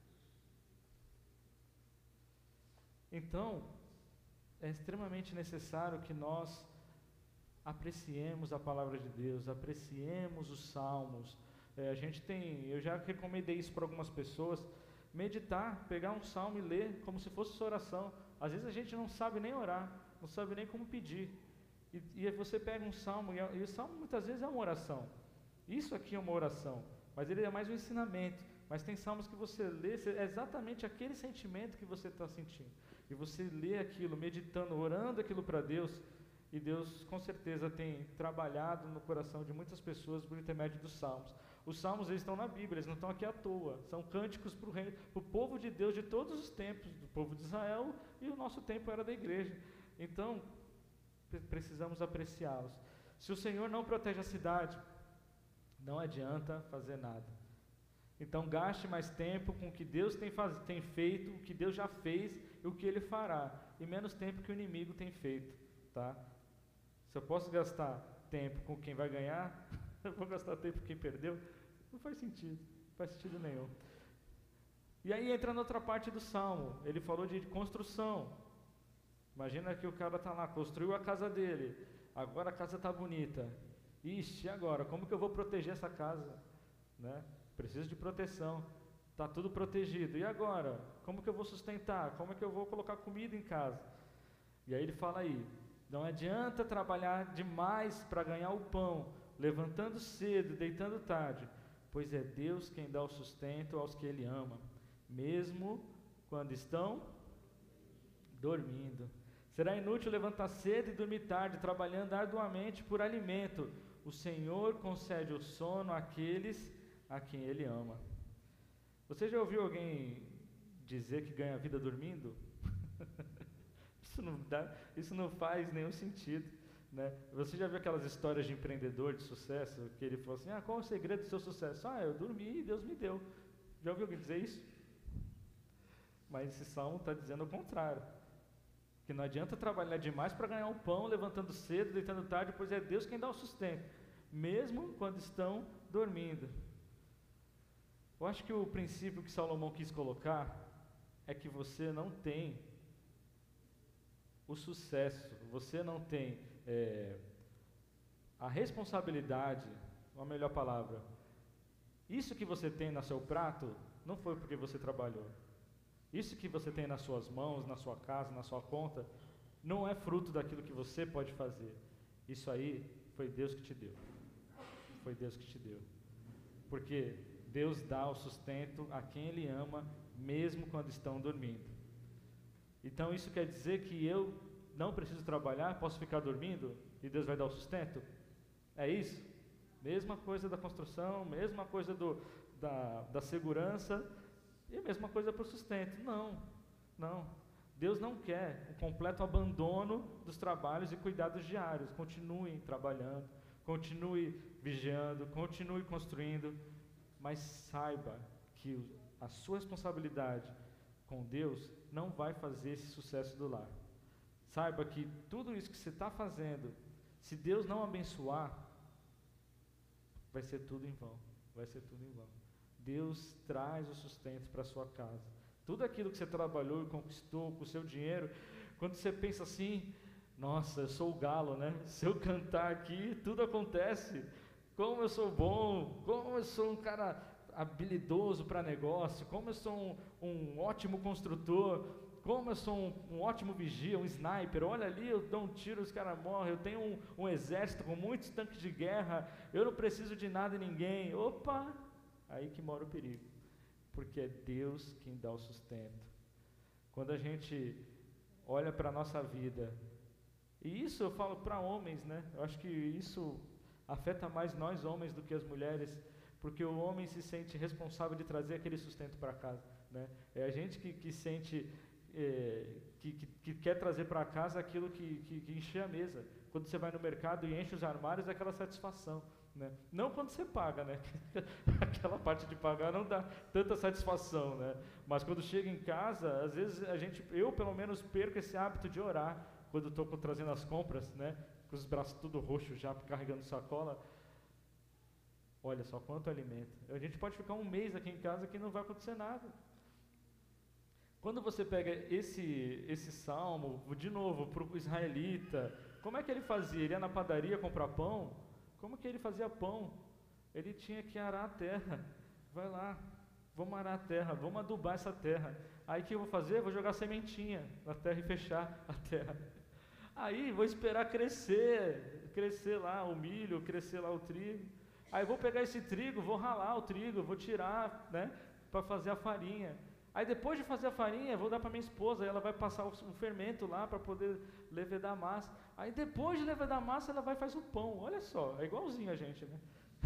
Então, é extremamente necessário que nós apreciemos a palavra de Deus, apreciemos os salmos. Eu já recomendei isso para algumas pessoas, meditar, pegar um salmo e ler como se fosse sua oração. Às vezes a gente não sabe nem orar, não sabe nem como pedir. E você pega um salmo, e o salmo muitas vezes é uma oração. Isso aqui é uma oração, mas ele é mais um ensinamento. Mas tem salmos que você lê, é exatamente aquele sentimento que você está sentindo. E você lê aquilo, meditando, orando aquilo para Deus, e Deus com certeza tem trabalhado no coração de muitas pessoas por intermédio dos salmos. Os salmos, eles estão na Bíblia, eles não estão aqui à toa. São cânticos para o povo de Deus de todos os tempos, do povo de Israel, e o nosso tempo era da igreja. Então, precisamos apreciá-los. Se o Senhor não protege a cidade, não adianta fazer nada. Então, gaste mais tempo com o que Deus tem feito, o que Deus já fez e o que Ele fará, e menos tempo que o inimigo tem feito, tá? Se eu posso gastar tempo com quem vai ganhar, eu vou gastar tempo com quem perdeu? Não faz sentido nenhum. E aí entra na outra parte do Salmo, ele falou de construção. Imagina que o cara está lá, construiu a casa dele, agora a casa está bonita. Ixi, agora, como que eu vou proteger essa casa? Né? Preciso de proteção. está tudo protegido. E agora? Como que eu vou sustentar? Como é que eu vou colocar comida em casa? E aí ele fala aí, não adianta trabalhar demais para ganhar o pão, levantando cedo, deitando tarde, pois é Deus quem dá o sustento aos que Ele ama, mesmo quando estão dormindo. Será inútil levantar cedo e dormir tarde, trabalhando arduamente por alimento. O Senhor concede o sono àqueles a quem Ele ama. Você já ouviu alguém dizer que ganha vida dormindo? Isso não faz nenhum sentido, né? Você já viu aquelas histórias de empreendedor de sucesso, que ele falou assim, qual é o segredo do seu sucesso? Eu dormi e Deus me deu. Já ouviu alguém dizer isso? Mas esse salmo está dizendo o contrário, que não adianta trabalhar demais para ganhar o pão, levantando cedo, deitando tarde, pois é Deus quem dá o sustento, mesmo quando estão dormindo. Eu acho que o princípio que Salomão quis colocar é que você não tem o sucesso, você não tem a responsabilidade, ou a melhor palavra, isso que você tem no seu prato, não foi porque você trabalhou. Isso que você tem nas suas mãos, na sua casa, na sua conta, não é fruto daquilo que você pode fazer. Isso aí foi Deus que te deu. Foi Deus que te deu. Porque Deus dá o sustento a quem Ele ama, mesmo quando estão dormindo. Então isso quer dizer que eu não preciso trabalhar, posso ficar dormindo e Deus vai dar o sustento? É isso? Mesma coisa da construção, mesma coisa da segurança e a mesma coisa para o sustento. Não. Deus não quer o completo abandono dos trabalhos e cuidados diários. Continue trabalhando, continue vigiando, continue construindo, mas saiba que a sua responsabilidade com Deus não vai fazer esse sucesso do lar. Saiba que tudo isso que você está fazendo, se Deus não abençoar, vai ser tudo em vão. Vai ser tudo em vão. Deus traz o sustento para a sua casa. Tudo aquilo que você trabalhou e conquistou com o seu dinheiro, quando você pensa assim, nossa, eu sou o galo, né? Se eu cantar aqui, tudo acontece. Como eu sou bom, como eu sou um cara habilidoso para negócio, como eu sou um ótimo construtor, como eu sou um ótimo vigia, um sniper, olha ali, eu dou um tiro, os caras morrem, eu tenho um exército com muitos tanques de guerra, eu não preciso de nada e ninguém. Opa, aí que mora o perigo, porque é Deus quem dá o sustento. Quando a gente olha para a nossa vida, e isso eu falo para homens, né? Eu acho que isso afeta mais nós homens do que as mulheres, porque o homem se sente responsável de trazer aquele sustento para casa, né? É a gente que sente, que quer trazer para casa aquilo que enche a mesa. Quando você vai no mercado e enche os armários, é aquela satisfação, né? Não quando você paga, né? Aquela parte de pagar não dá tanta satisfação, né? Mas quando chega em casa, às vezes eu pelo menos perco esse hábito de orar quando estou trazendo as compras, né? Com os braços tudo roxos já, carregando sacola. Olha só quanto alimento. A gente pode ficar um mês aqui em casa que não vai acontecer nada. Quando você pega esse salmo, de novo, para o israelita, como é que ele fazia? Ele ia na padaria comprar pão? Como que ele fazia pão? Ele tinha que arar a terra. Vai lá, vamos arar a terra, vamos adubar essa terra. Aí o que eu vou fazer? Vou jogar sementinha na terra e fechar a terra. Aí vou esperar crescer lá o milho, crescer lá o trigo. Aí vou pegar esse trigo, vou ralar o trigo, vou tirar, né, para fazer a farinha. Aí depois de fazer a farinha, vou dar para minha esposa, ela vai passar o fermento lá para poder levedar a massa. Aí depois de levedar a massa, ela vai e faz o pão. Olha só, é igualzinho a gente, né?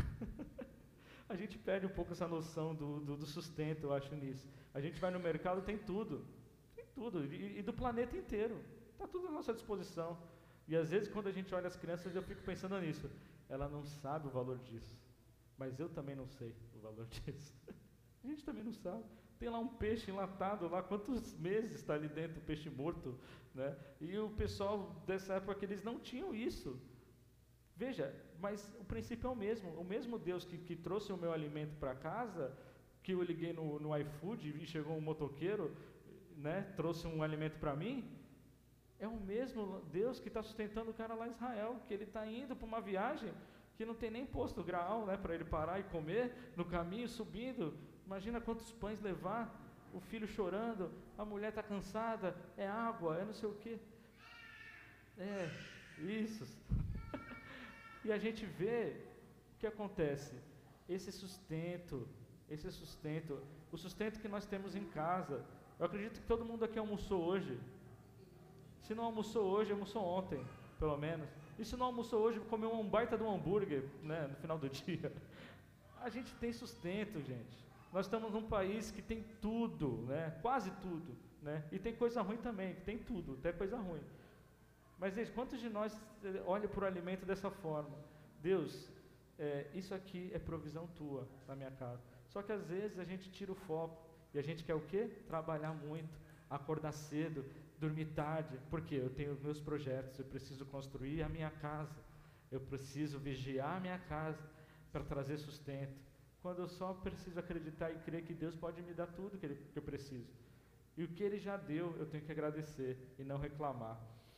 A gente perde um pouco essa noção do sustento, eu acho, nisso. A gente vai no mercado, tem tudo, e do planeta inteiro. Está tudo à nossa disposição. E às vezes quando a gente olha as crianças, eu fico pensando nisso. Ela não sabe o valor disso. Mas eu também não sei o valor disso. A gente também não sabe. Tem lá um peixe enlatado, lá quantos meses está ali dentro, o peixe morto, né? E o pessoal dessa época, eles não tinham isso. Veja, mas o princípio é o mesmo. O mesmo Deus que trouxe o meu alimento para casa, que eu liguei no iFood e chegou um motoqueiro, né? Trouxe um alimento para mim. É o mesmo Deus que está sustentando o cara lá em Israel, que ele está indo para uma viagem que não tem nem posto grau, né, para ele parar e comer no caminho, subindo, Imagina quantos pães levar, o filho chorando, a mulher está cansada, é água, é não sei o quê. Isso. E a gente vê o que acontece. Esse sustento, o sustento que nós temos em casa. Eu acredito que todo mundo aqui almoçou hoje. Se não almoçou hoje, almoçou ontem, pelo menos. E se não almoçou hoje, comeu um baita de um hambúrguer, né, no final do dia. A gente tem sustento, gente. Nós estamos num país que tem tudo, né, quase tudo, né, e tem coisa ruim também, que tem tudo, até coisa ruim. Mas, gente, quantos de nós olham para o alimento dessa forma? Deus, isso aqui é provisão tua na minha casa. Só que às vezes a gente tira o foco e a gente quer o quê? Trabalhar muito, acordar cedo, dormir tarde. Porque eu tenho meus projetos, eu preciso construir a minha casa, eu preciso vigiar a minha casa para trazer sustento. Quando eu só preciso acreditar e crer que Deus pode me dar tudo que eu preciso. E o que Ele já deu, eu tenho que agradecer e não reclamar.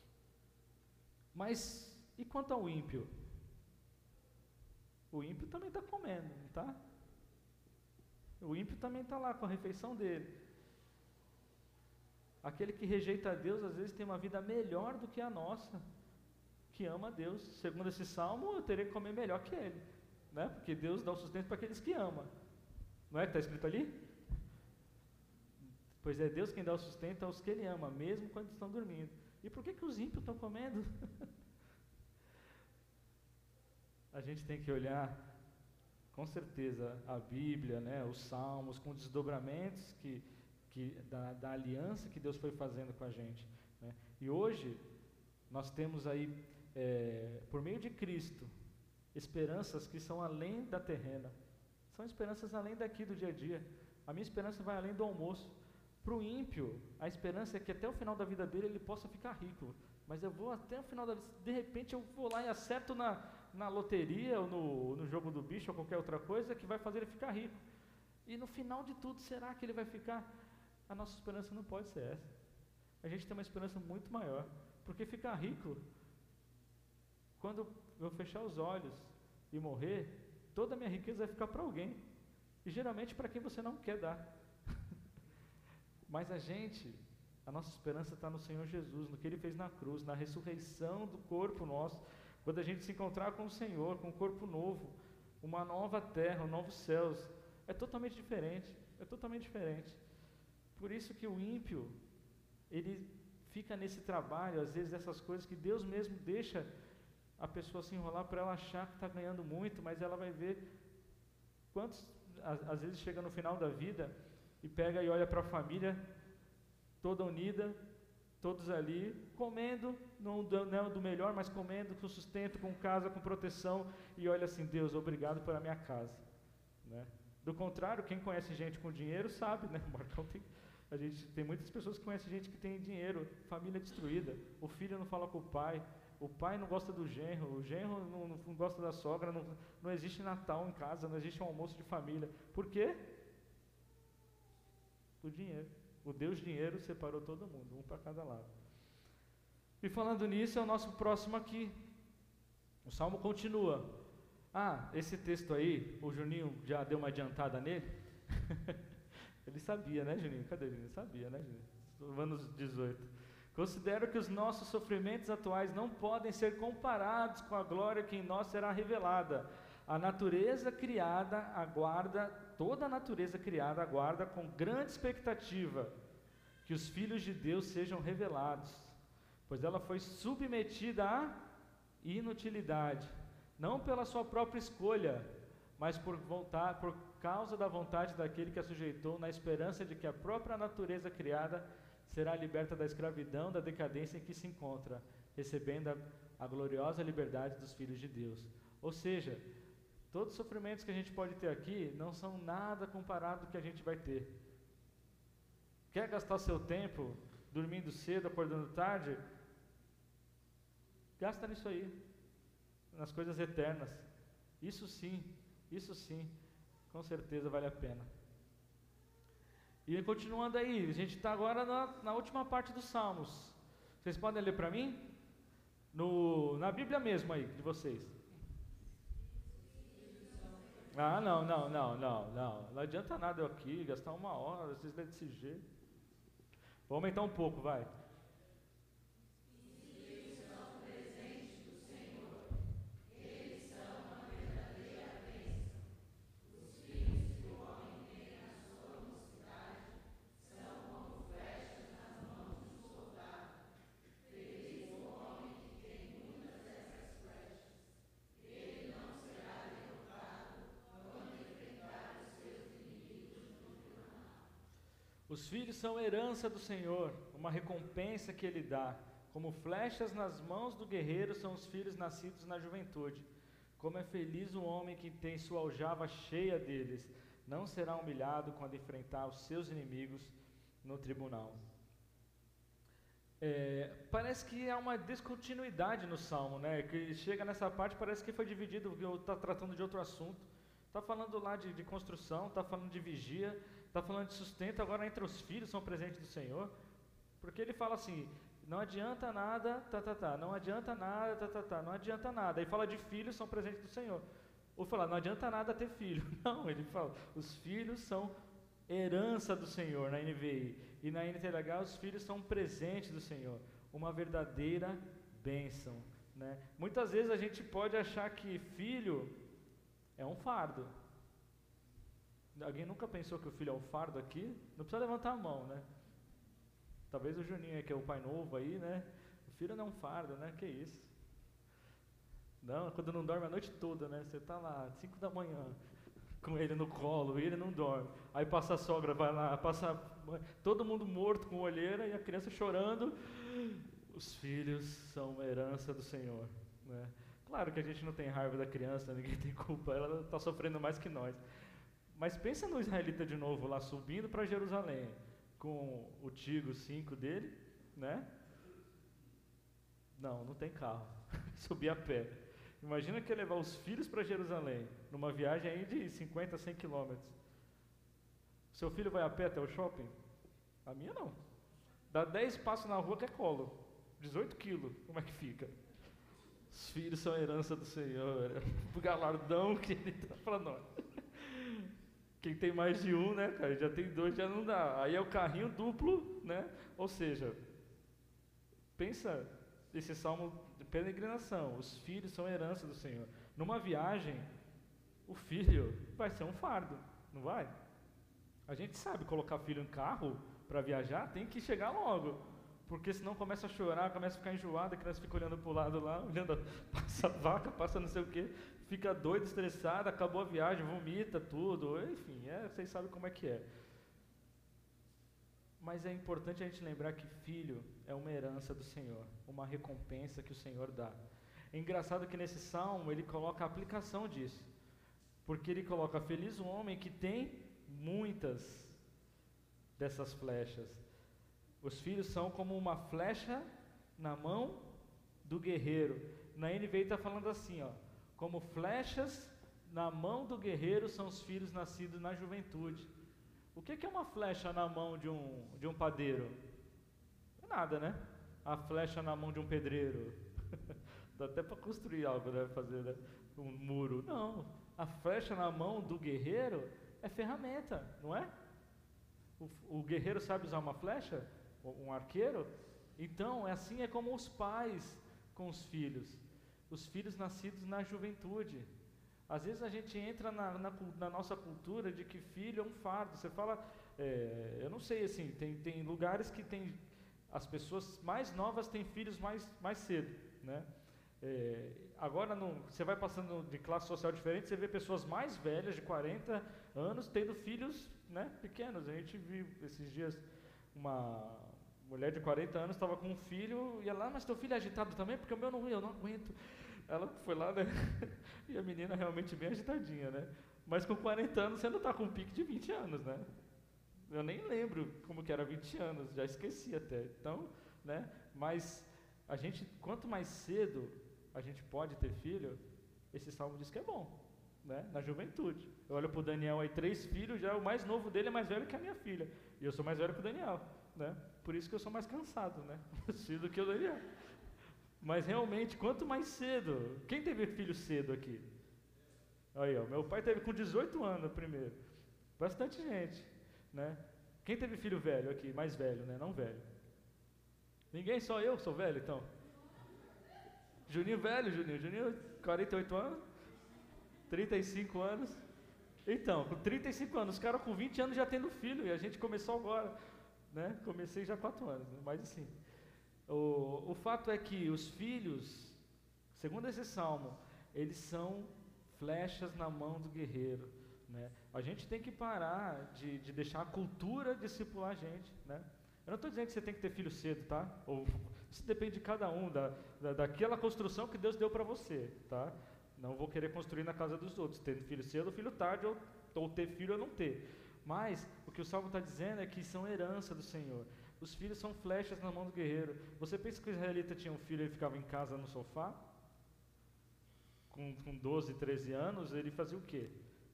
Mas, e quanto ao ímpio? O ímpio também está comendo, não está? O ímpio também está lá com a refeição dele. Aquele que rejeita a Deus, às vezes tem uma vida melhor do que a nossa, que ama a Deus. Segundo esse salmo, eu terei que comer melhor que ele, né? Porque Deus dá o sustento para aqueles que amam. Não é que está escrito ali? Pois é Deus quem dá o sustento aos que Ele ama, mesmo quando estão dormindo. E por que os ímpios estão comendo? A gente tem que olhar, com certeza, a Bíblia, né, os Salmos, com desdobramentos da aliança que Deus foi fazendo com a gente, né? E hoje, nós temos aí, por meio de Cristo, esperanças que são além da terrena. São esperanças além daqui do dia a dia. A minha esperança vai além do almoço. Para o ímpio, a esperança é que até o final da vida dele ele possa ficar rico. Mas eu vou até o final da vida, de repente eu vou lá e acerto na loteria ou no jogo do bicho ou qualquer outra coisa que vai fazer ele ficar rico. E no final de tudo, será que ele vai ficar? A nossa esperança não pode ser essa. A gente tem uma esperança muito maior. Porque ficar rico, quando eu fechar os olhos e morrer, toda a minha riqueza vai ficar para alguém. E geralmente para quem você não quer dar. Mas a nossa esperança está no Senhor Jesus, no que Ele fez na cruz, na ressurreição do corpo nosso, quando a gente se encontrar com o Senhor, com um corpo novo, uma nova terra, novos céus, é totalmente diferente, Por isso que o ímpio, ele fica nesse trabalho, às vezes essas coisas que Deus mesmo deixa a pessoa se enrolar para ela achar que está ganhando muito, mas ela vai ver quantos, às vezes chega no final da vida, e pega e olha para a família, toda unida, todos ali, comendo, não do melhor, mas comendo com sustento, com casa, com proteção, e olha assim, Deus, obrigado pela minha casa, né? Do contrário, quem conhece gente com dinheiro sabe, né? A gente tem muitas pessoas que conhecem gente que tem dinheiro, família destruída, o filho não fala com o pai não gosta do genro, o genro não gosta da sogra, não existe Natal em casa, não existe um almoço de família. Por quê? O dinheiro. O Deus dinheiro separou todo mundo, um para cada lado. E falando nisso, é o nosso próximo aqui. O Salmo continua. Esse texto aí, o Juninho já deu uma adiantada nele. Ele sabia, né, Juninho? Cadê o Juninho? Sabia, né, Juninho? Romanos 18. Considero que os nossos sofrimentos atuais não podem ser comparados com a glória que em nós será revelada. A natureza criada aguarda, toda a natureza criada aguarda com grande expectativa que os filhos de Deus sejam revelados, pois ela foi submetida à inutilidade, não pela sua própria escolha, mas por causa da vontade daquele que a sujeitou, na esperança de que a própria natureza criada será liberta da escravidão, da decadência em que se encontra, recebendo a gloriosa liberdade dos filhos de Deus. Ou seja, todos os sofrimentos que a gente pode ter aqui não são nada comparado com o que a gente vai ter. Quer gastar seu tempo dormindo cedo, acordando tarde? Gasta nisso aí, nas coisas eternas. Isso sim, com certeza vale a pena. E continuando aí, a gente está agora na última parte dos Salmos. Vocês podem ler para mim? Na Bíblia mesmo aí, de vocês. Ah, não. Não adianta nada eu aqui gastar 1 hora, vocês lêem desse jeito. Vou aumentar um pouco, vai. Os filhos são herança do Senhor, uma recompensa que Ele dá. Como flechas nas mãos do guerreiro são os filhos nascidos na juventude. Como é feliz o homem que tem sua aljava cheia deles. Não será humilhado quando enfrentar os seus inimigos no tribunal. Parece que há uma descontinuidade no Salmo, né? Que chega nessa parte, parece que foi dividido, porque está tratando de outro assunto. Está falando lá de construção, está falando de vigia, está falando de sustento, agora entra os filhos, são presentes do Senhor. Porque ele fala assim, não adianta nada, não adianta nada, não adianta nada. Aí fala de filhos, são presentes do Senhor. Ou fala, não adianta nada ter filho. Não, ele fala, os filhos são herança do Senhor, na NVI. E na NTLH, os filhos são presentes do Senhor. Uma verdadeira bênção, né? Muitas vezes a gente pode achar que filho é um fardo. Alguém nunca pensou que o filho é um fardo aqui? Não precisa levantar a mão, né? Talvez o Juninho, que é o pai novo aí, né? O filho não é um fardo, né? Que isso? Não, quando não dorme a noite toda, né? Você está lá, 5 da manhã, com ele no colo, e ele não dorme. Aí passa a sogra, vai lá, passa todo mundo morto com olheira e a criança chorando. Os filhos são uma herança do Senhor, né? Claro que a gente não tem raiva da criança, ninguém tem culpa, ela está sofrendo mais que nós. Mas pensa no israelita de novo lá, subindo para Jerusalém, com o Tigo 5 dele, né? Não tem carro, subir a pé. Imagina que ia levar os filhos para Jerusalém, numa viagem aí de 50, 100 quilômetros. Seu filho vai a pé até o shopping? A minha não. Dá 10 passos na rua que é colo, 18 quilos, como é que fica? Os filhos são a herança do Senhor, o galardão que Ele está para nós. Quem tem mais de um, né, cara, já tem 2, já não dá. Aí é o carrinho duplo, né? Ou seja, pensa esse salmo de peregrinação. Os filhos são a herança do Senhor. Numa viagem, o filho vai ser um fardo, não vai? A gente sabe colocar filho em carro para viajar, tem que chegar logo. Porque senão começa a chorar, começa a ficar enjoado, a criança fica olhando para o lado lá, olhando, passa a vaca, passa não sei o quê, fica doido, estressado, acabou a viagem, vomita tudo, enfim, vocês sabem como é que é. Mas é importante a gente lembrar que filho é uma herança do Senhor, uma recompensa que o Senhor dá. É engraçado que nesse salmo ele coloca a aplicação disso, porque ele coloca, feliz o homem que tem muitas dessas flechas. Os filhos são como uma flecha na mão do guerreiro. Na NVI está falando assim, ó, como flechas na mão do guerreiro são os filhos nascidos na juventude. O que é uma flecha na mão de um padeiro? Não é nada, né? A flecha na mão de um pedreiro. Dá até para construir algo, né? Fazer, né? Um muro. Não, a flecha na mão do guerreiro é ferramenta, não é? O guerreiro sabe usar uma flecha? Um arqueiro? Então, assim é como os pais com os filhos nascidos na juventude. Às vezes a gente entra na nossa cultura de que filho é um fardo. Você fala, eu não sei, assim, tem lugares que as pessoas mais novas têm filhos mais cedo, né? Agora, você vai passando de classe social diferente, você vê pessoas mais velhas, de 40 anos, tendo filhos, né, pequenos. A gente viu esses dias uma mulher de 40 anos estava com um filho, e ela, mas teu filho é agitado também? Porque o meu eu não aguento. Ela foi lá, né? E a menina realmente bem agitadinha, né? Mas com 40 anos você não está com um pique de 20 anos, né? Eu nem lembro como que era 20 anos, já esqueci até. Então, né? Mas a gente, quanto mais cedo a gente pode ter filho, esse salmo diz que é bom, né? Na juventude. Eu olho para o Daniel aí, 3 filhos, já o mais novo dele é mais velho que a minha filha. E eu sou mais velho que o Daniel, né? Por isso que eu sou mais cansado, né? Do que o Daniel. Mas realmente, quanto mais cedo, quem teve filho cedo aqui? Aí, ó, meu pai teve com 18 anos primeiro. Bastante gente, né? Quem teve filho velho aqui? Mais velho, né? Não velho. Ninguém, só eu sou velho, então. Juninho velho, Juninho, 48 anos, 35 anos. Então, com 35 anos, os caras com 20 anos já tendo filho, e a gente começou agora, né? Comecei já há 4 anos, né? Mas assim, o fato é que os filhos, segundo esse salmo, eles são flechas na mão do guerreiro, né? A gente tem que parar de deixar a cultura discipular a gente, né? Eu não estou dizendo que você tem que ter filho cedo, tá? Ou, isso depende de cada um, daquela construção que Deus deu para você, tá? Não vou querer construir na casa dos outros, ter filho cedo ou filho tarde, ou ter filho ou não ter. Mas o que o Salmo está dizendo é que são herança do Senhor. Os filhos são flechas na mão do guerreiro. Você pensa que o israelita tinha um filho e ele ficava em casa no sofá? Com 12, 13 anos, ele fazia o quê?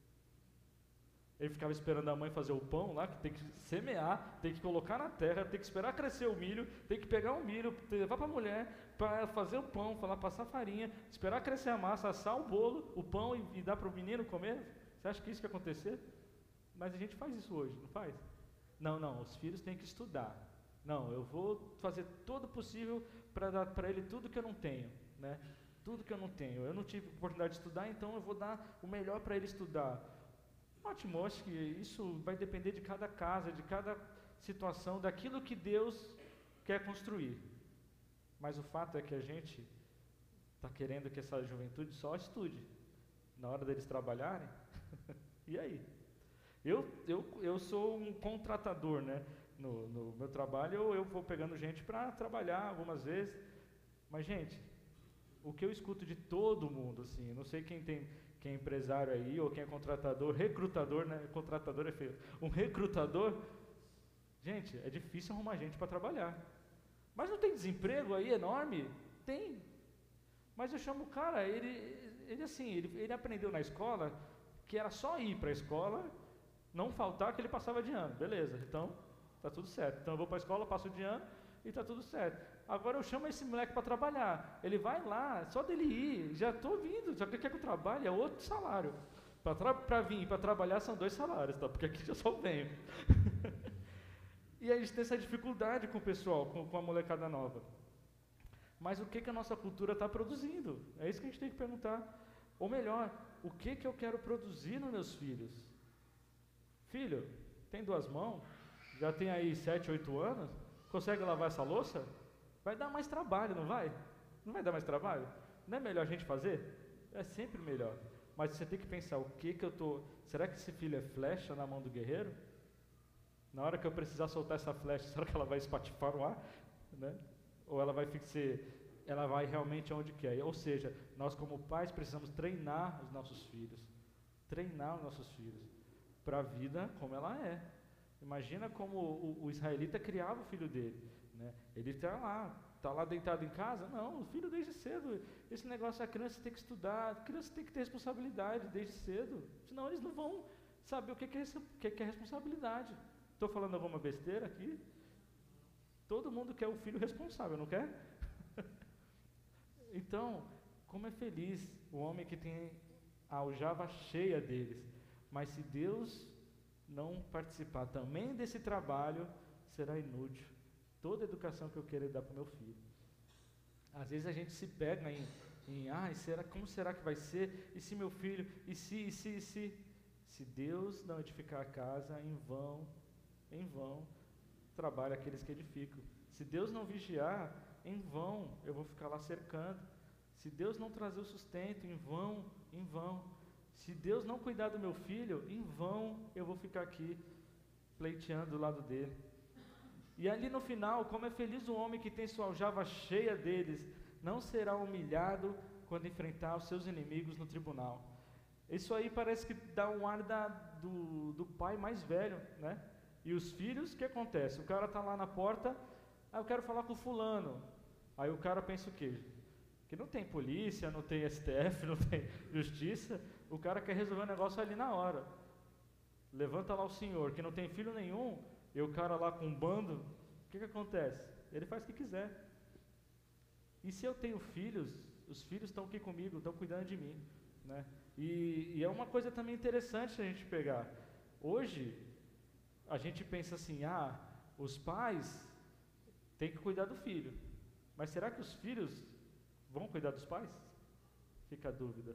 Ele ficava esperando a mãe fazer o pão lá, que tem que semear, tem que colocar na terra, tem que esperar crescer o milho, tem que pegar o milho, levar para a mulher, para fazer o pão, passar farinha, esperar crescer a massa, assar o bolo, o pão e dar para o menino comer. Você acha que isso que ia acontecer? Mas a gente faz isso hoje, não faz? Não, os filhos têm que estudar. Não, eu vou fazer todo o possível para dar para ele tudo que eu não tenho, né? Tudo que eu não tenho. Eu não tive oportunidade de estudar, então eu vou dar o melhor para ele estudar. Ótimo, acho que isso vai depender de cada casa, de cada situação, daquilo que Deus quer construir. Mas o fato é que a gente está querendo que essa juventude só estude. Na hora deles trabalharem, e aí? Eu sou um contratador, né? No meu trabalho eu vou pegando gente para trabalhar algumas vezes. Mas, gente, o que eu escuto de todo mundo, assim, não sei quem é empresário aí, ou quem é contratador, recrutador, né? Contratador é feio. Um recrutador, gente, é difícil arrumar gente para trabalhar. Mas não tem desemprego aí enorme? Tem. Mas eu chamo o cara, ele aprendeu na escola que era só ir para a escola, não faltar que ele passava de ano. Beleza, então tá tudo certo. Então eu vou para a escola, passo de ano e tá tudo certo. Agora eu chamo esse moleque para trabalhar. Ele vai lá, só dele ir, já estou vindo, só que ele quer que eu trabalhe, é outro salário. Para vir para trabalhar são 2 salários, tá? Porque aqui eu só venho. E a gente tem essa dificuldade com o pessoal, com a molecada nova. Mas o que a nossa cultura está produzindo? É isso que a gente tem que perguntar. Ou melhor, o que eu quero produzir nos meus filhos? Filho, tem 2 mãos, já tem aí 7, 8 anos, consegue lavar essa louça? Vai dar mais trabalho, não vai? Não vai dar mais trabalho? Não é melhor a gente fazer? É sempre melhor. Mas você tem que pensar, será que esse filho é flecha na mão do guerreiro? Na hora que eu precisar soltar essa flecha, será que ela vai espatifar no ar? Né? Ou ela vai realmente aonde quer? Ou seja, nós como pais precisamos treinar os nossos filhos. Treinar os nossos filhos para a vida como ela é. Imagina como o israelita criava o filho dele. Né? Ele está lá deitado em casa? Não, o filho desde cedo. Esse negócio, a criança tem que estudar, a criança tem que ter responsabilidade desde cedo. Senão eles não vão saber o que é responsabilidade. Estou falando alguma besteira aqui? Todo mundo quer o filho responsável, não quer? Então, como é feliz o homem que tem a aljava cheia deles. Mas se Deus não participar também desse trabalho, será inútil. Toda a educação que eu querer dar para o meu filho. Às vezes a gente se pega como será que vai ser? E se meu filho? E se? Se Deus não edificar a casa, em vão trabalha aqueles que edificam. Se Deus não vigiar, em vão eu vou ficar lá cercando. Se Deus não trazer o sustento, em vão. Se Deus não cuidar do meu filho, em vão eu vou ficar aqui pleiteando do lado dele. E ali no final, como é feliz o homem que tem sua aljava cheia deles, não será humilhado quando enfrentar os seus inimigos no tribunal. Isso aí parece que dá um ar do pai mais velho, né? E os filhos, o que acontece? O cara está lá na porta, eu quero falar com o fulano. Aí o cara pensa o quê? Que não tem polícia, não tem STF, não tem justiça. O cara quer resolver o negócio ali na hora. Levanta lá o senhor, que não tem filho nenhum, e o cara lá com um bando, o que acontece? Ele faz o que quiser. E se eu tenho filhos, os filhos estão aqui comigo, estão cuidando de mim, né? E é uma coisa também interessante a gente pegar. Hoje, a gente pensa assim, os pais têm que cuidar do filho. Mas será que os filhos vão cuidar dos pais? Fica a dúvida.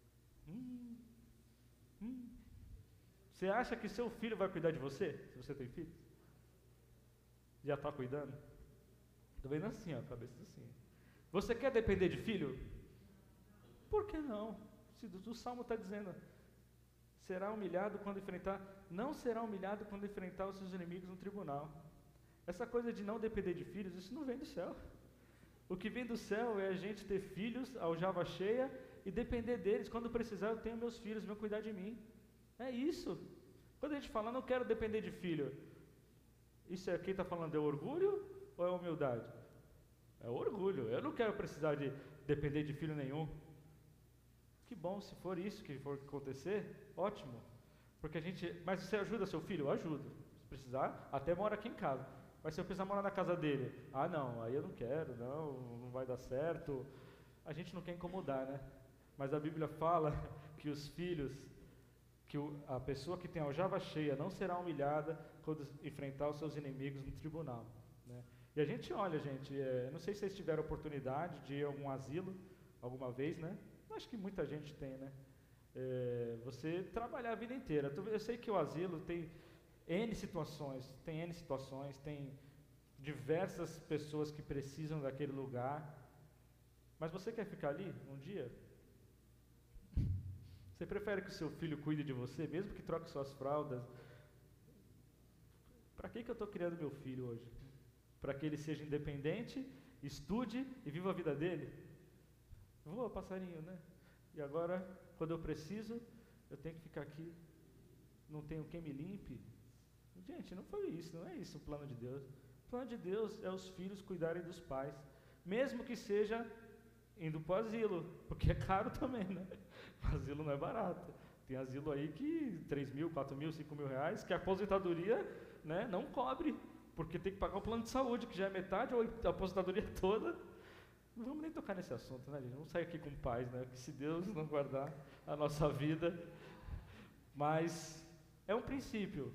Você acha que seu filho vai cuidar de você? Se você tem filho? Já está cuidando? Estou vendo assim, ó, cabeça assim. Você quer depender de filho? Por que não? Se o Salmo está dizendo, será humilhado quando enfrentar, não será humilhado quando enfrentar os seus inimigos no tribunal. Essa coisa de não depender de filhos, isso não vem do céu. O que vem do céu é a gente ter filhos, aljava cheia, e depender deles. Quando precisar, eu tenho meus filhos, vão cuidar de mim. É isso. Quando a gente fala, não quero depender de filho, isso é quem está falando, é orgulho ou é humildade? É orgulho. Eu não quero precisar de depender de filho nenhum. Que bom, se for isso que for acontecer, ótimo. Porque mas você ajuda seu filho? Eu ajudo. Se precisar, até mora aqui em casa. Mas se eu precisar morar na casa dele, não, aí eu não quero, não vai dar certo. A gente não quer incomodar, né? Mas a Bíblia fala que os filhos, a pessoa que tem a aljava cheia não será humilhada quando enfrentar os seus inimigos no tribunal, né? E a gente olha, gente, não sei se vocês tiveram oportunidade de ir a algum asilo alguma vez, né? Acho que muita gente tem, né? Você trabalhar a vida inteira. Eu sei que o asilo tem N situações, tem diversas pessoas que precisam daquele lugar, mas você quer ficar ali um dia? Você prefere que o seu filho cuide de você, mesmo que troque suas fraldas? Para que eu estou criando meu filho hoje? Para que ele seja independente, estude e viva a vida dele? Voa, passarinho, né? E agora, quando eu preciso, eu tenho que ficar aqui, não tenho quem me limpe? Gente, não foi isso, não é isso o plano de Deus. O plano de Deus é os filhos cuidarem dos pais, mesmo que seja indo para o asilo, porque é caro também, né? O asilo não é barato. Tem asilo aí que 3 mil, 4 mil, 5 mil reais, que a aposentadoria, né, não cobre, porque tem que pagar o plano de saúde, que já é metade, ou a aposentadoria toda. Não vamos nem tocar nesse assunto, né, gente? Vamos sair aqui com paz, né? Que se Deus não guardar a nossa vida. Mas é um princípio.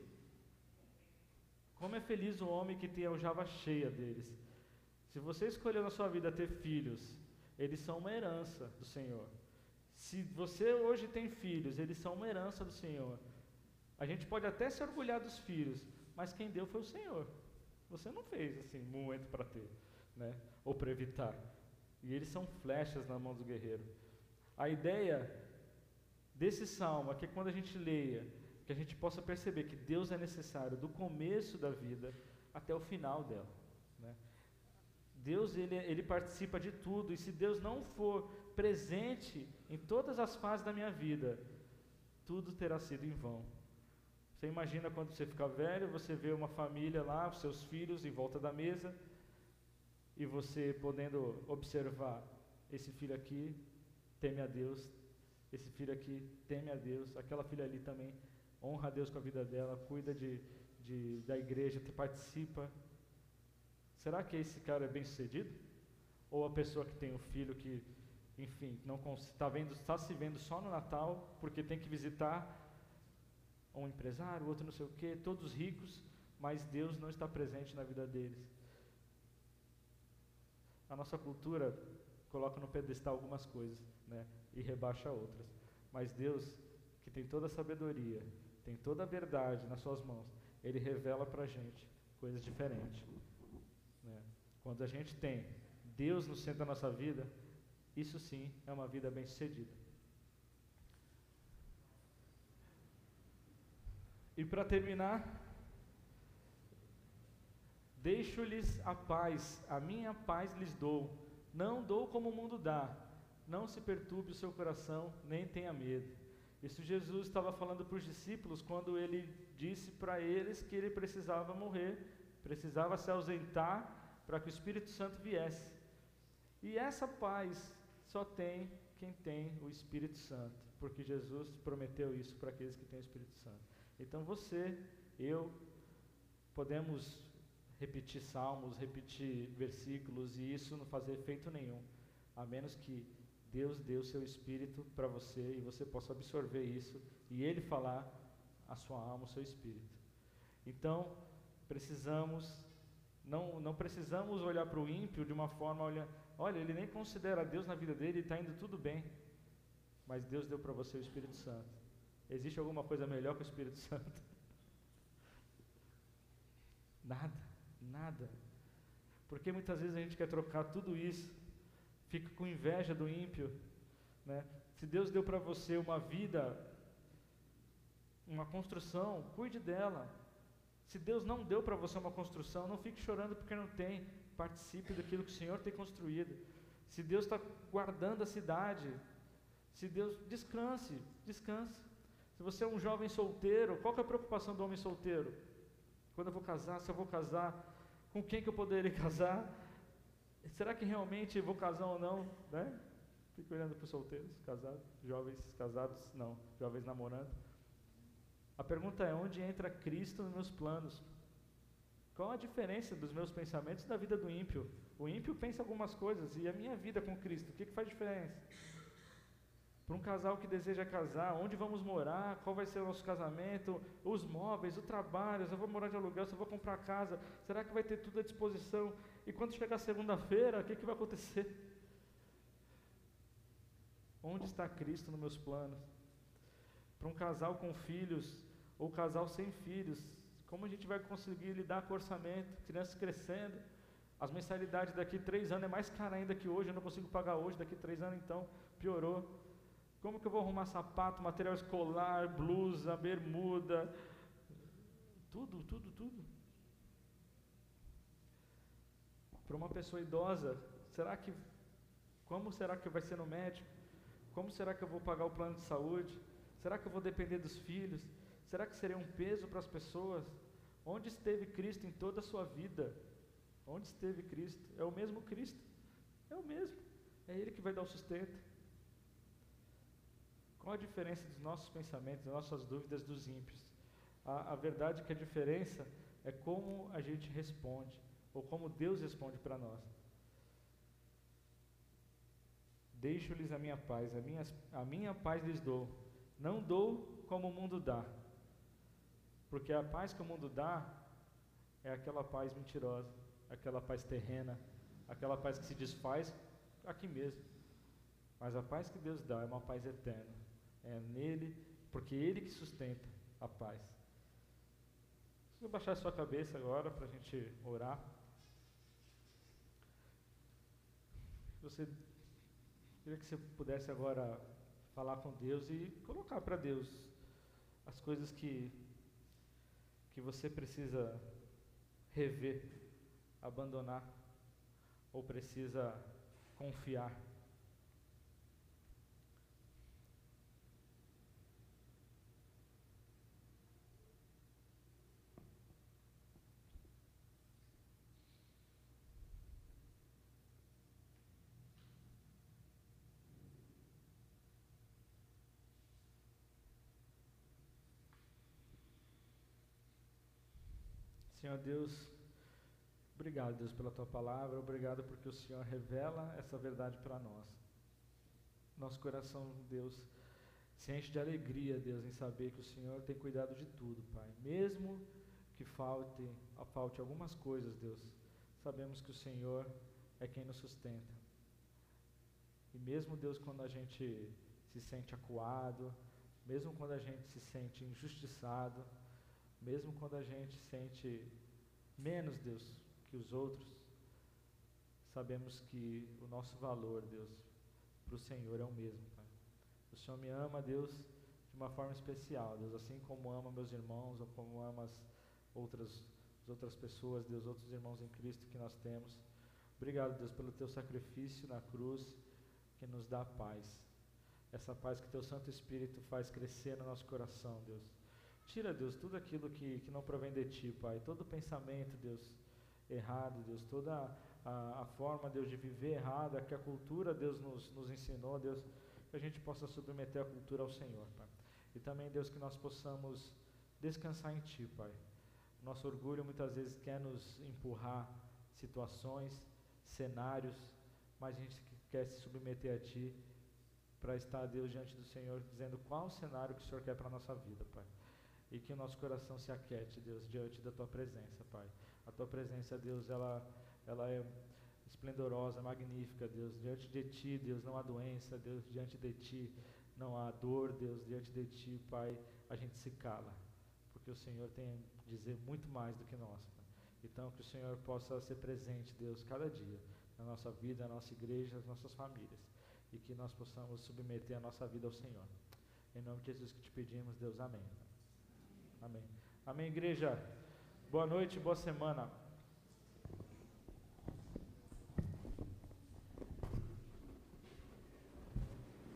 Como é feliz o homem que tem a aljava cheia deles. Se você escolheu na sua vida ter filhos, eles são uma herança do Senhor. Se você hoje tem filhos, eles são uma herança do Senhor. A gente pode até se orgulhar dos filhos, mas quem deu foi o Senhor. Você não fez assim muito para ter, né? Ou para evitar. E eles são flechas na mão do guerreiro. A ideia desse salmo é que quando a gente leia, que a gente possa perceber que Deus é necessário do começo da vida até o final dela, né? Deus, ele participa de tudo, e se Deus não for presente em todas as fases da minha vida, tudo terá sido em vão. Você imagina quando você ficar velho, você vê uma família lá, os seus filhos em volta da mesa, e você podendo observar, esse filho aqui teme a Deus, esse filho aqui teme a Deus, aquela filha ali também honra a Deus com a vida dela, cuida da igreja, participa. Será que esse cara é bem sucedido? Ou a pessoa que tem um filho que, enfim, não está se vendo só no Natal, porque tem que visitar um empresário, outro não sei o quê, todos ricos, mas Deus não está presente na vida deles. A nossa cultura coloca no pedestal algumas coisas, né, e rebaixa outras. Mas Deus, que tem toda a sabedoria, tem toda a verdade nas suas mãos, Ele revela para a gente coisas diferentes, né? Quando a gente tem Deus no centro da nossa vida, isso sim é uma vida bem-sucedida. E para terminar, deixo-lhes a paz, a minha paz lhes dou, não dou como o mundo dá, não se perturbe o seu coração, nem tenha medo. Isso Jesus estava falando para os discípulos quando ele disse para eles que ele precisava morrer, precisava se ausentar para que o Espírito Santo viesse. E essa paz só tem quem tem o Espírito Santo, porque Jesus prometeu isso para aqueles que têm o Espírito Santo. Então você, eu, podemos repetir salmos, repetir versículos, e isso não fazer efeito nenhum, a menos que Deus dê o seu Espírito para você e você possa absorver isso e Ele falar a sua alma, o seu espírito. Então, não precisamos olhar para o ímpio de uma forma, olha, ele nem considera Deus na vida dele e está indo tudo bem, mas Deus deu para você o Espírito Santo. Existe alguma coisa melhor que o Espírito Santo? Nada. Porque muitas vezes a gente quer trocar tudo isso, fica com inveja do ímpio, né? Se Deus deu para você uma vida, uma construção, cuide dela. Se Deus não deu para você uma construção, não fique chorando porque não tem. Participe daquilo que o Senhor tem construído. Se Deus está guardando a cidade, se Deus, descanse. Se você é um jovem solteiro, qual que é a preocupação do homem solteiro? Quando eu vou casar, se eu vou casar, com quem que eu poderia casar? Será que realmente vou casar ou não, né? Fico olhando para os solteiros, casados, jovens casados, não, jovens namorando. A pergunta é, onde entra Cristo nos meus planos? Qual a diferença dos meus pensamentos da vida do ímpio? O ímpio pensa algumas coisas, e a minha vida com Cristo, o que faz diferença? Para um casal que deseja casar, onde vamos morar, qual vai ser o nosso casamento, os móveis, o trabalho, se eu vou morar de aluguel, se eu vou comprar casa, será que vai ter tudo à disposição? E quando chegar segunda-feira, o que vai acontecer? Onde está Cristo nos meus planos? Para um casal com filhos, ou casal sem filhos, como a gente vai conseguir lidar com o orçamento, crianças crescendo, as mensalidades daqui 3 anos é mais cara ainda que hoje, eu não consigo pagar hoje, daqui 3 anos então, piorou. Como que eu vou arrumar sapato, material escolar, blusa, bermuda, tudo. Para uma pessoa idosa, como será que vai ser no médico? Como será que eu vou pagar o plano de saúde? Será que eu vou depender dos filhos? Será que serei um peso para as pessoas? Onde esteve Cristo em toda a sua vida? Onde esteve Cristo? É o mesmo Cristo? É o mesmo. É Ele que vai dar o sustento. Qual a diferença dos nossos pensamentos, das nossas dúvidas dos ímpios? A verdade é que a diferença é como a gente responde, ou como Deus responde para nós. Deixo-lhes a minha paz, a minha paz lhes dou. Não dou como o mundo dá. Porque a paz que o mundo dá é aquela paz mentirosa, aquela paz terrena, aquela paz que se desfaz aqui mesmo. Mas a paz que Deus dá é uma paz eterna. É nele, porque Ele que sustenta a paz. Vou baixar a sua cabeça agora para a gente orar. Queria que você pudesse agora falar com Deus e colocar para Deus as coisas que você precisa rever, abandonar, ou precisa confiar. Senhor Deus, obrigado, Deus, pela Tua palavra, obrigado porque o Senhor revela essa verdade para nós. Nosso coração, Deus, se enche de alegria, Deus, em saber que o Senhor tem cuidado de tudo, Pai. Mesmo que falte algumas coisas, Deus, sabemos que o Senhor é quem nos sustenta. E mesmo, Deus, quando a gente se sente acuado, mesmo quando a gente se sente injustiçado, mesmo quando a gente sente menos, Deus, que os outros, sabemos que o nosso valor, Deus, para o Senhor é o mesmo, Pai. O Senhor me ama, Deus, de uma forma especial, Deus, assim como ama meus irmãos, ou como ama as outras pessoas, Deus, outros irmãos em Cristo que nós temos. Obrigado, Deus, pelo Teu sacrifício na cruz, que nos dá paz. Essa paz que Teu Santo Espírito faz crescer no nosso coração, Deus. Tira, Deus, tudo aquilo que não provém de Ti, Pai. Todo pensamento, Deus, errado, Deus. Toda a forma, Deus, de viver errada, que a cultura, Deus, nos ensinou, Deus, que a gente possa submeter a cultura ao Senhor, Pai. E também, Deus, que nós possamos descansar em Ti, Pai. Nosso orgulho muitas vezes quer nos empurrar situações, cenários, mas a gente quer se submeter a Ti para estar, Deus, diante do Senhor, dizendo qual o cenário que o Senhor quer para a nossa vida, Pai. E que o nosso coração se aquete, Deus, diante da Tua presença, Pai. A Tua presença, Deus, ela é esplendorosa, magnífica, Deus. Diante de Ti, Deus, não há doença, Deus, diante de Ti não há dor, Deus, diante de Ti, Pai, a gente se cala, porque o Senhor tem a dizer muito mais do que nós, Pai. Então, que o Senhor possa ser presente, Deus, cada dia, na nossa vida, na nossa igreja, nas nossas famílias, e que nós possamos submeter a nossa vida ao Senhor. Em nome de Jesus que te pedimos, Deus, amém. Amém. Amém, igreja. Boa noite, boa semana.